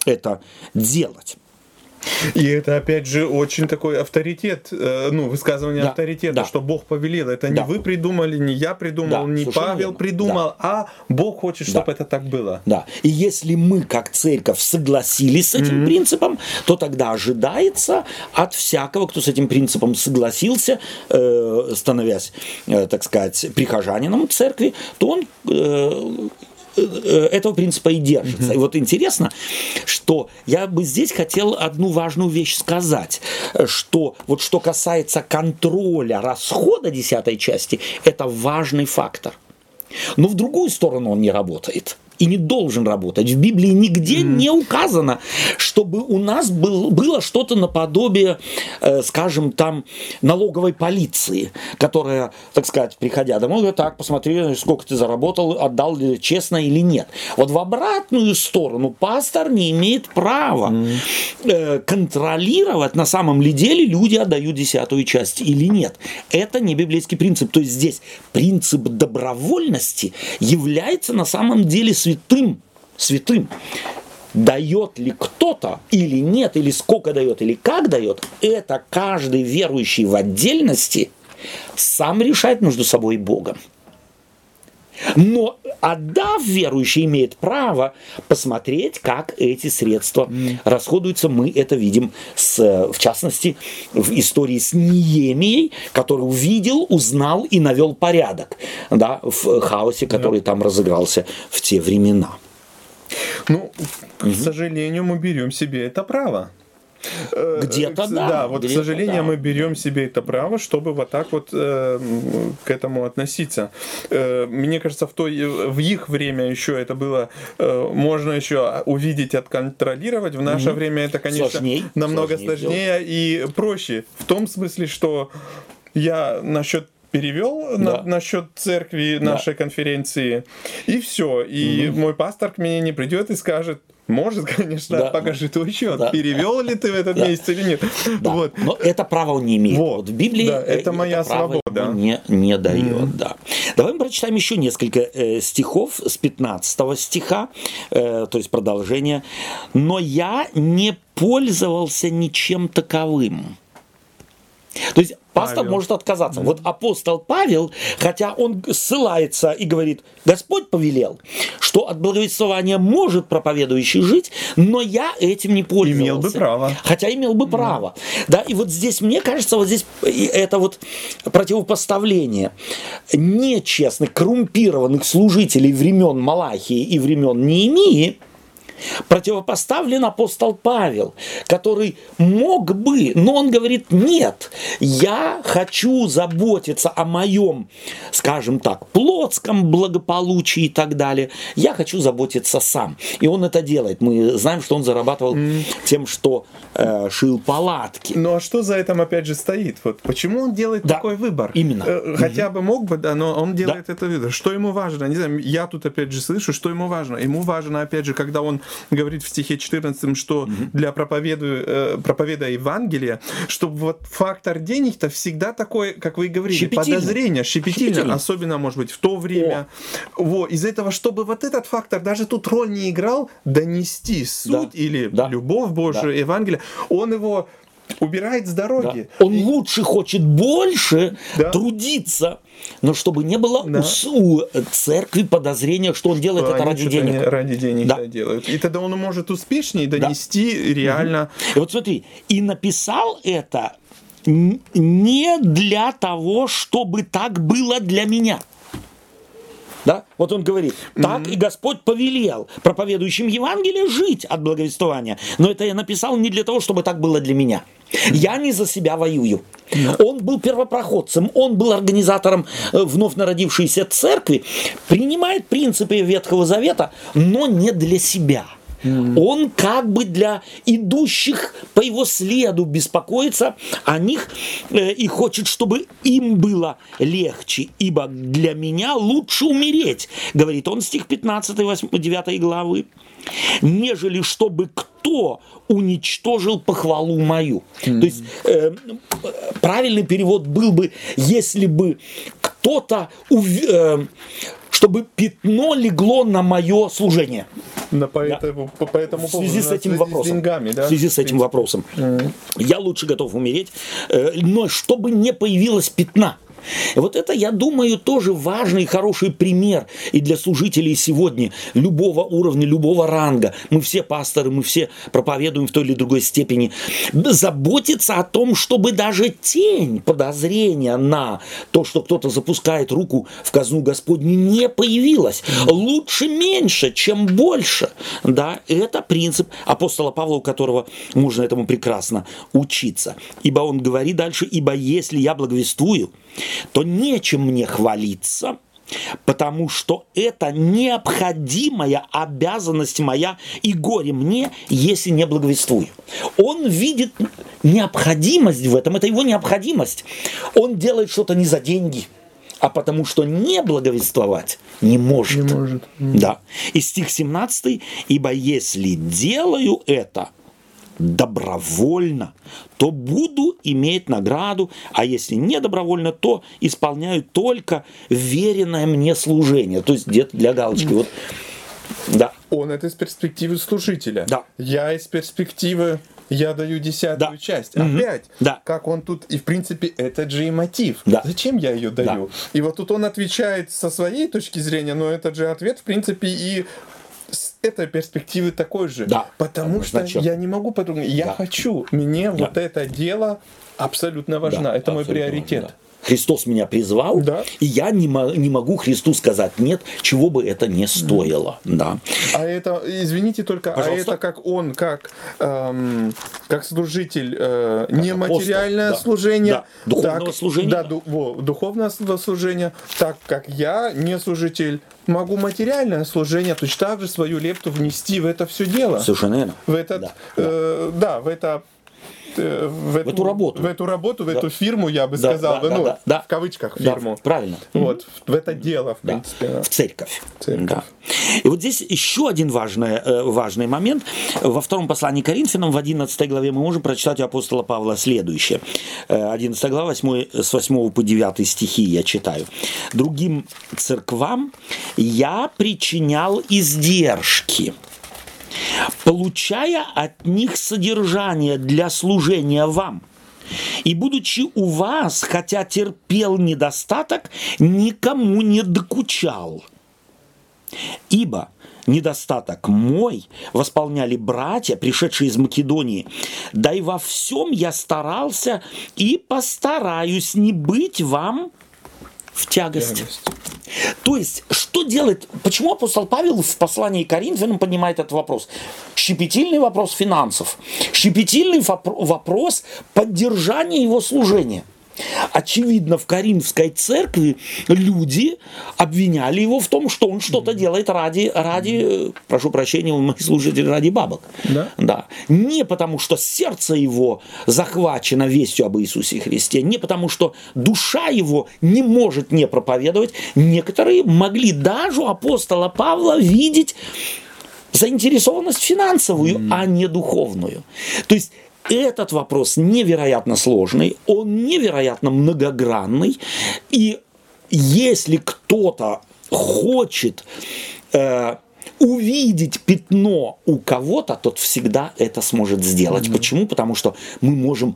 A: это делать.
B: И это, опять же, очень такой авторитет, ну, высказывание да, авторитета, да. что Бог повелел. Это да. не вы придумали, не я придумал, да, не Павел верно. придумал, да. а Бог хочет, чтобы да. это так было.
A: Да. И если мы, как церковь, согласились с этим mm-hmm. принципом, то тогда ожидается от всякого, кто с этим принципом согласился, э, становясь, э, так сказать, прихожанином церкви, то он... Э, этого принципа и держится. Mm-hmm. И вот интересно, что я бы здесь хотел одну важную вещь сказать, что вот что касается контроля расхода десятой части, это важный фактор. Но в другую сторону он не работает. И не должен работать. В Библии нигде mm. не указано, чтобы у нас был, было что-то наподобие, э, скажем, там, налоговой полиции, которая, так сказать, приходя домой, говорит, так, посмотри, сколько ты заработал, отдал ли честно или нет. Вот в обратную сторону пастор не имеет права mm. э, контролировать, на самом ли деле люди отдают десятую часть или нет. Это не библейский принцип. То есть здесь принцип добровольности является на самом деле святым, святым. Дает ли кто-то или нет, или сколько дает, или как дает, это каждый верующий в отдельности сам решает между собой и Богом. Но отдав, верующий имеет право посмотреть, как эти средства mm. расходуются. Мы это видим, с, в частности, в истории с Неемией, который увидел, узнал и навел порядок, да, в хаосе, который yeah. там разыгрался в те времена.
B: Ну, к mm-hmm. сожалению, мы берем себе это право.
A: Где-то да.
B: Да, вот,
A: где-то,
B: к сожалению,
A: да.
B: мы берем себе это право, чтобы вот так вот э, к этому относиться. Э, мне кажется, в, той, в их время еще это было, э, можно еще увидеть, отконтролировать. В наше mm-hmm. время это, конечно, сложней, намного сложнее, сложнее и проще. В том смысле, что я насчет перевел да. на, насчет церкви нашей да. конференции, и все. И mm-hmm. мой пастор к мне не придет и скажет, может, конечно, да. покажи твой счет, да. перевел ли ты в этот да. месяц или нет.
A: Да. Вот. Но это право он не имеет. Вот. Вот в Библии
B: да, это моя
A: это право
B: свобода.
A: Не, не дает. Mm-hmm. Да. Давай мы прочитаем еще несколько э, стихов с пятнадцатого стиха, э, то есть продолжение. «Но я не пользовался ничем таковым». То есть пастор Павел. может отказаться. Mm-hmm. Вот апостол Павел, хотя он ссылается и говорит, Господь повелел, что от благовествования может проповедующий жить, но я этим не пользовался.
B: Имел бы право.
A: Хотя имел бы mm-hmm. право. Да, и вот здесь, мне кажется, вот здесь это вот противопоставление нечестных, коррумпированных служителей времен Малахии и времен Неемии противопоставлен апостол Павел, который мог бы, но он говорит, нет, я хочу заботиться о моем, скажем так, плотском благополучии и так далее, я хочу заботиться сам. И он это делает. Мы знаем, что он зарабатывал mm. тем, что э, шил палатки.
B: Ну а что за этим опять же стоит? Вот почему он делает да, такой выбор?
A: Именно.
B: Э, хотя mm-hmm. бы мог бы, да, но он делает да. это выбор. Что ему важно? Не знаю, я тут опять же слышу, что ему важно. Ему важно, опять же, когда он говорит в стихе четырнадцатом, что mm-hmm. для проповеду, э, проповеда Евангелия, чтобы вот фактор денег-то всегда такой, как вы говорили, щепетильно. подозрение, щепетильно, щепетильно, особенно, может быть, в то время. Вот. Из этого, чтобы вот этот фактор даже тут роль не играл, донести суть да. или да. любовь Божию, да. Евангелия, он его убирает с дороги.
A: Да. Он лучше хочет больше да. трудиться, но чтобы не было да. у, у церкви подозрения, что он делает что это ради денег.
B: Ради денег да. делают. И тогда он может успешнее донести да. реально.
A: И вот смотри, и написал это не для того, чтобы так было для меня. Да? Вот он говорит, так mm-hmm. и Господь повелел проповедующим Евангелие жить от благовествования. Но это я написал не для того, чтобы так было для меня. Mm-hmm. Я не за себя воюю. Mm-hmm. Он был первопроходцем, он был организатором вновь народившейся церкви, принимает принципы Ветхого Завета, но не для себя. Mm-hmm. Он как бы для идущих по его следу беспокоится о них э, и хочет, чтобы им было легче, ибо для меня лучше умереть, говорит он, стих пятнадцатый, девятой главы, нежели чтобы кто уничтожил похвалу мою. Mm-hmm. То есть э, правильный перевод был бы, если бы кто-то, ув... э, чтобы пятно легло на мое служение.
B: На по, да. этому, по, по этому
A: в связи
B: поводу,
A: с этим вопросом.
B: С деньгами, да?
A: В связи с этим вопросом. Mm-hmm. Я лучше готов умереть, но чтобы не появилось пятна. Вот это, я думаю, тоже важный и хороший пример и для служителей сегодня любого уровня, любого ранга. Мы все пасторы, мы все проповедуем в той или другой степени. Заботиться о том, чтобы даже тень подозрения на то, что кто-то запускает руку в казну Господню, не появилась. Лучше меньше, чем больше. Да, это принцип апостола Павла, у которого можно этому прекрасно учиться. Ибо он говорит дальше: «Ибо если я благовествую, то нечем мне хвалиться, потому что это необходимая обязанность моя, и горе мне, если не благовествую». Он видит необходимость в этом, это его необходимость. Он делает что-то не за деньги, а потому что не благовествовать не может.
B: Не может.
A: Да. И стих семнадцатый: «Ибо если делаю это добровольно, то буду иметь награду, а если не добровольно, то исполняю только веренное мне служение». То есть где-то для галочки. Вот. Да.
B: Он это из перспективы служителя.
A: Да.
B: Я из перспективы я даю десятую да. часть.
A: Угу.
B: Опять,
A: да.
B: как он тут, и в принципе этот же и мотив.
A: Да.
B: Зачем я ее даю?
A: Да.
B: И вот тут он отвечает со своей точки зрения, но этот же ответ, в принципе, и с этой перспективы такой же.
A: Да.
B: Потому что я не могу по-другому. Я да. хочу. Мне да. вот это дело абсолютно важно. Да. Это мой приоритет.
A: Да. Христос меня призвал,
B: да.
A: и я не, мо- не могу Христу сказать нет, чего бы это ни стоило. Да.
B: А это, извините только,
A: Пожалуйста.
B: а это как он, как, эм, как служитель, э, как не материальное
A: да.
B: служение,
A: да. духовного
B: так,
A: служения,
B: да, ду- во, духовного служения, так как я, не служитель, могу материальное служение точно так же свою лепту внести в это все дело.
A: Совершенно верно.
B: В этот, да, э, да в это В эту,
A: в эту работу,
B: в эту работу, в
A: да.
B: эту фирму, я бы
A: да,
B: сказал,
A: да,
B: ну,
A: да, да.
B: в кавычках фирму.
A: Да, правильно.
B: Вот, mm-hmm. в это дело, в
A: да.
B: принципе.
A: В церковь.
B: церковь.
A: Да. И вот здесь еще один важный, важный момент. Во втором послании к Коринфянам, в одиннадцатой главе, мы можем прочитать у апостола Павла следующее. одиннадцатая глава, восьмой, с восьмого по девятый стихи я читаю. «Другим церквам я причинял издержки, получая от них содержание для служения вам. И, будучи у вас, хотя терпел недостаток, никому не докучал. Ибо недостаток мой восполняли братья, пришедшие из Македонии. Да и во всем я старался и постараюсь не быть вам в тягость». тягость. То есть, что делает, почему апостол Павел в послании к Коринфянам поднимает этот вопрос? Щепетильный вопрос финансов, щепетильный вопрос поддержания его служения. Очевидно, в Коринфской церкви люди обвиняли его в том, что он что-то делает ради, ради, прошу прощения, мои служители, ради бабок.
B: Да?
A: Да. Не потому, что сердце его захвачено вестью об Иисусе Христе, не потому, что душа его не может не проповедовать. Некоторые могли даже у апостола Павла видеть заинтересованность финансовую, mm. а не духовную. То есть этот вопрос невероятно сложный, он невероятно многогранный, и если кто-то хочет э, увидеть пятно у кого-то, тот всегда это сможет сделать. Mm-hmm. Почему? Потому что мы можем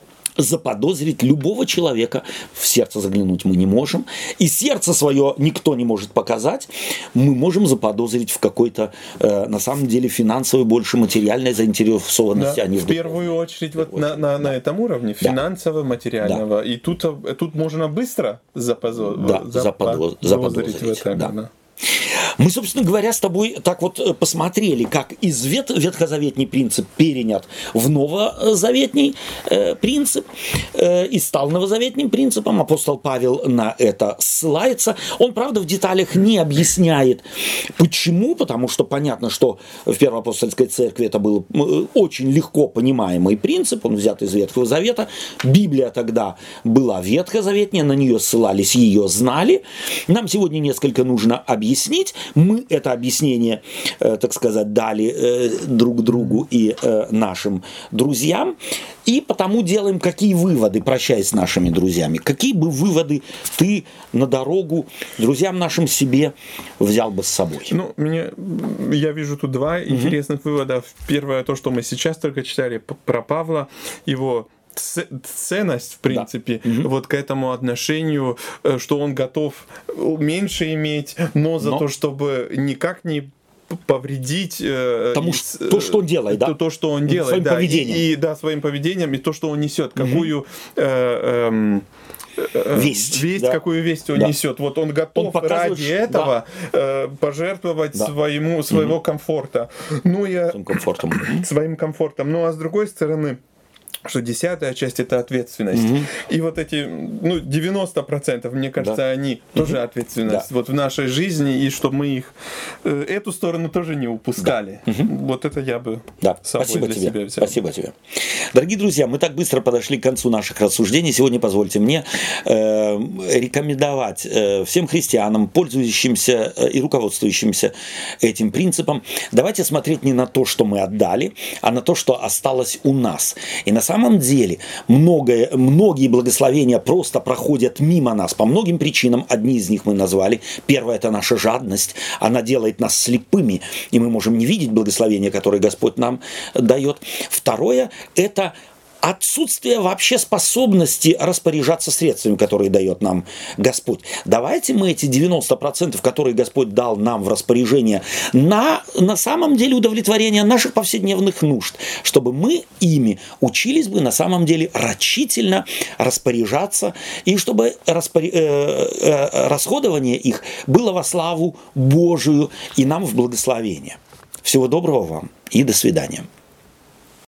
A: заподозрить любого человека, в сердце заглянуть мы не можем, и сердце свое никто не может показать, мы можем заподозрить в какой-то, э, на самом деле, финансовой, больше материальной заинтересованности.
B: Да,
A: а не
B: в, в первую очередь, вот на, на, на этом уровне,
A: да.
B: финансово-материального, да. и тут, тут можно быстро запозо...
A: да, заподозрить, заподозрить в это. Да. Да. Мы, собственно говоря, с тобой так вот посмотрели, как из вет- ветхозаветний принцип перенят в новозаветний э, принцип э, и стал новозаветным принципом. Апостол Павел на это ссылается. Он, правда, в деталях не объясняет, почему, потому что понятно, что в Первоапостольской церкви это был очень легко понимаемый принцип, он взят из Ветхого Завета. Библия тогда была ветхозаветняя, на нее ссылались, ее знали. Нам сегодня несколько нужно объяснить. Мы это объяснение, так сказать, дали друг другу и нашим друзьям. И потому делаем какие выводы, прощаясь с нашими друзьями. Какие бы выводы ты на дорогу друзьям нашим себе взял бы с собой?
B: Ну, мне, я вижу тут два угу. интересных вывода. Первое, то, что мы сейчас только читали про Павла, его ценность, в принципе, да. угу. вот к этому отношению, что он готов меньше иметь, но за но... то, чтобы никак не повредить
A: Потому что то, что он делает,
B: то,
A: да?
B: то, что он делает,
A: своим
B: да,
A: поведением.
B: И, и да, своим поведением, и то, что он несет, какую угу. э, э,
A: весть,
B: весть
A: да.
B: какую весть он
A: да.
B: несет. Вот он готов он ради этого да. э, пожертвовать да. своему, своего угу. комфорта. Ну, я...
A: Своим комфортом.
B: Своим комфортом. Ну, а с другой стороны, что десятая часть — это ответственность. Mm-hmm. И вот эти, ну, девяносто процентов, мне кажется, да. они mm-hmm. тоже ответственность да. вот в нашей жизни, и чтобы мы их, э, эту сторону тоже не упускали. Да. Mm-hmm. Вот это я бы
A: да.
B: с собой
A: Спасибо
B: для
A: тебе.
B: себя взял.
A: Спасибо тебе. Дорогие друзья, мы так быстро подошли к концу наших рассуждений. Сегодня позвольте мне э, рекомендовать э, всем христианам, пользующимся э, и руководствующимся этим принципом, давайте смотреть не на то, что мы отдали, а на то, что осталось у нас. И на самом деле многое, многие благословения просто проходят мимо нас по многим причинам. Одни из них мы назвали. Первое – это наша жадность. Она делает нас слепыми, и мы можем не видеть благословения, которые Господь нам дает. Второе – это отсутствие вообще способности распоряжаться средствами, которые дает нам Господь. Давайте мы эти девяносто процентов, которые Господь дал нам в распоряжение, на, на самом деле удовлетворение наших повседневных нужд, чтобы мы ими учились бы на самом деле рачительно распоряжаться, и чтобы распор... э, э, расходование их было во славу Божию и нам в благословение. Всего доброго вам и до свидания.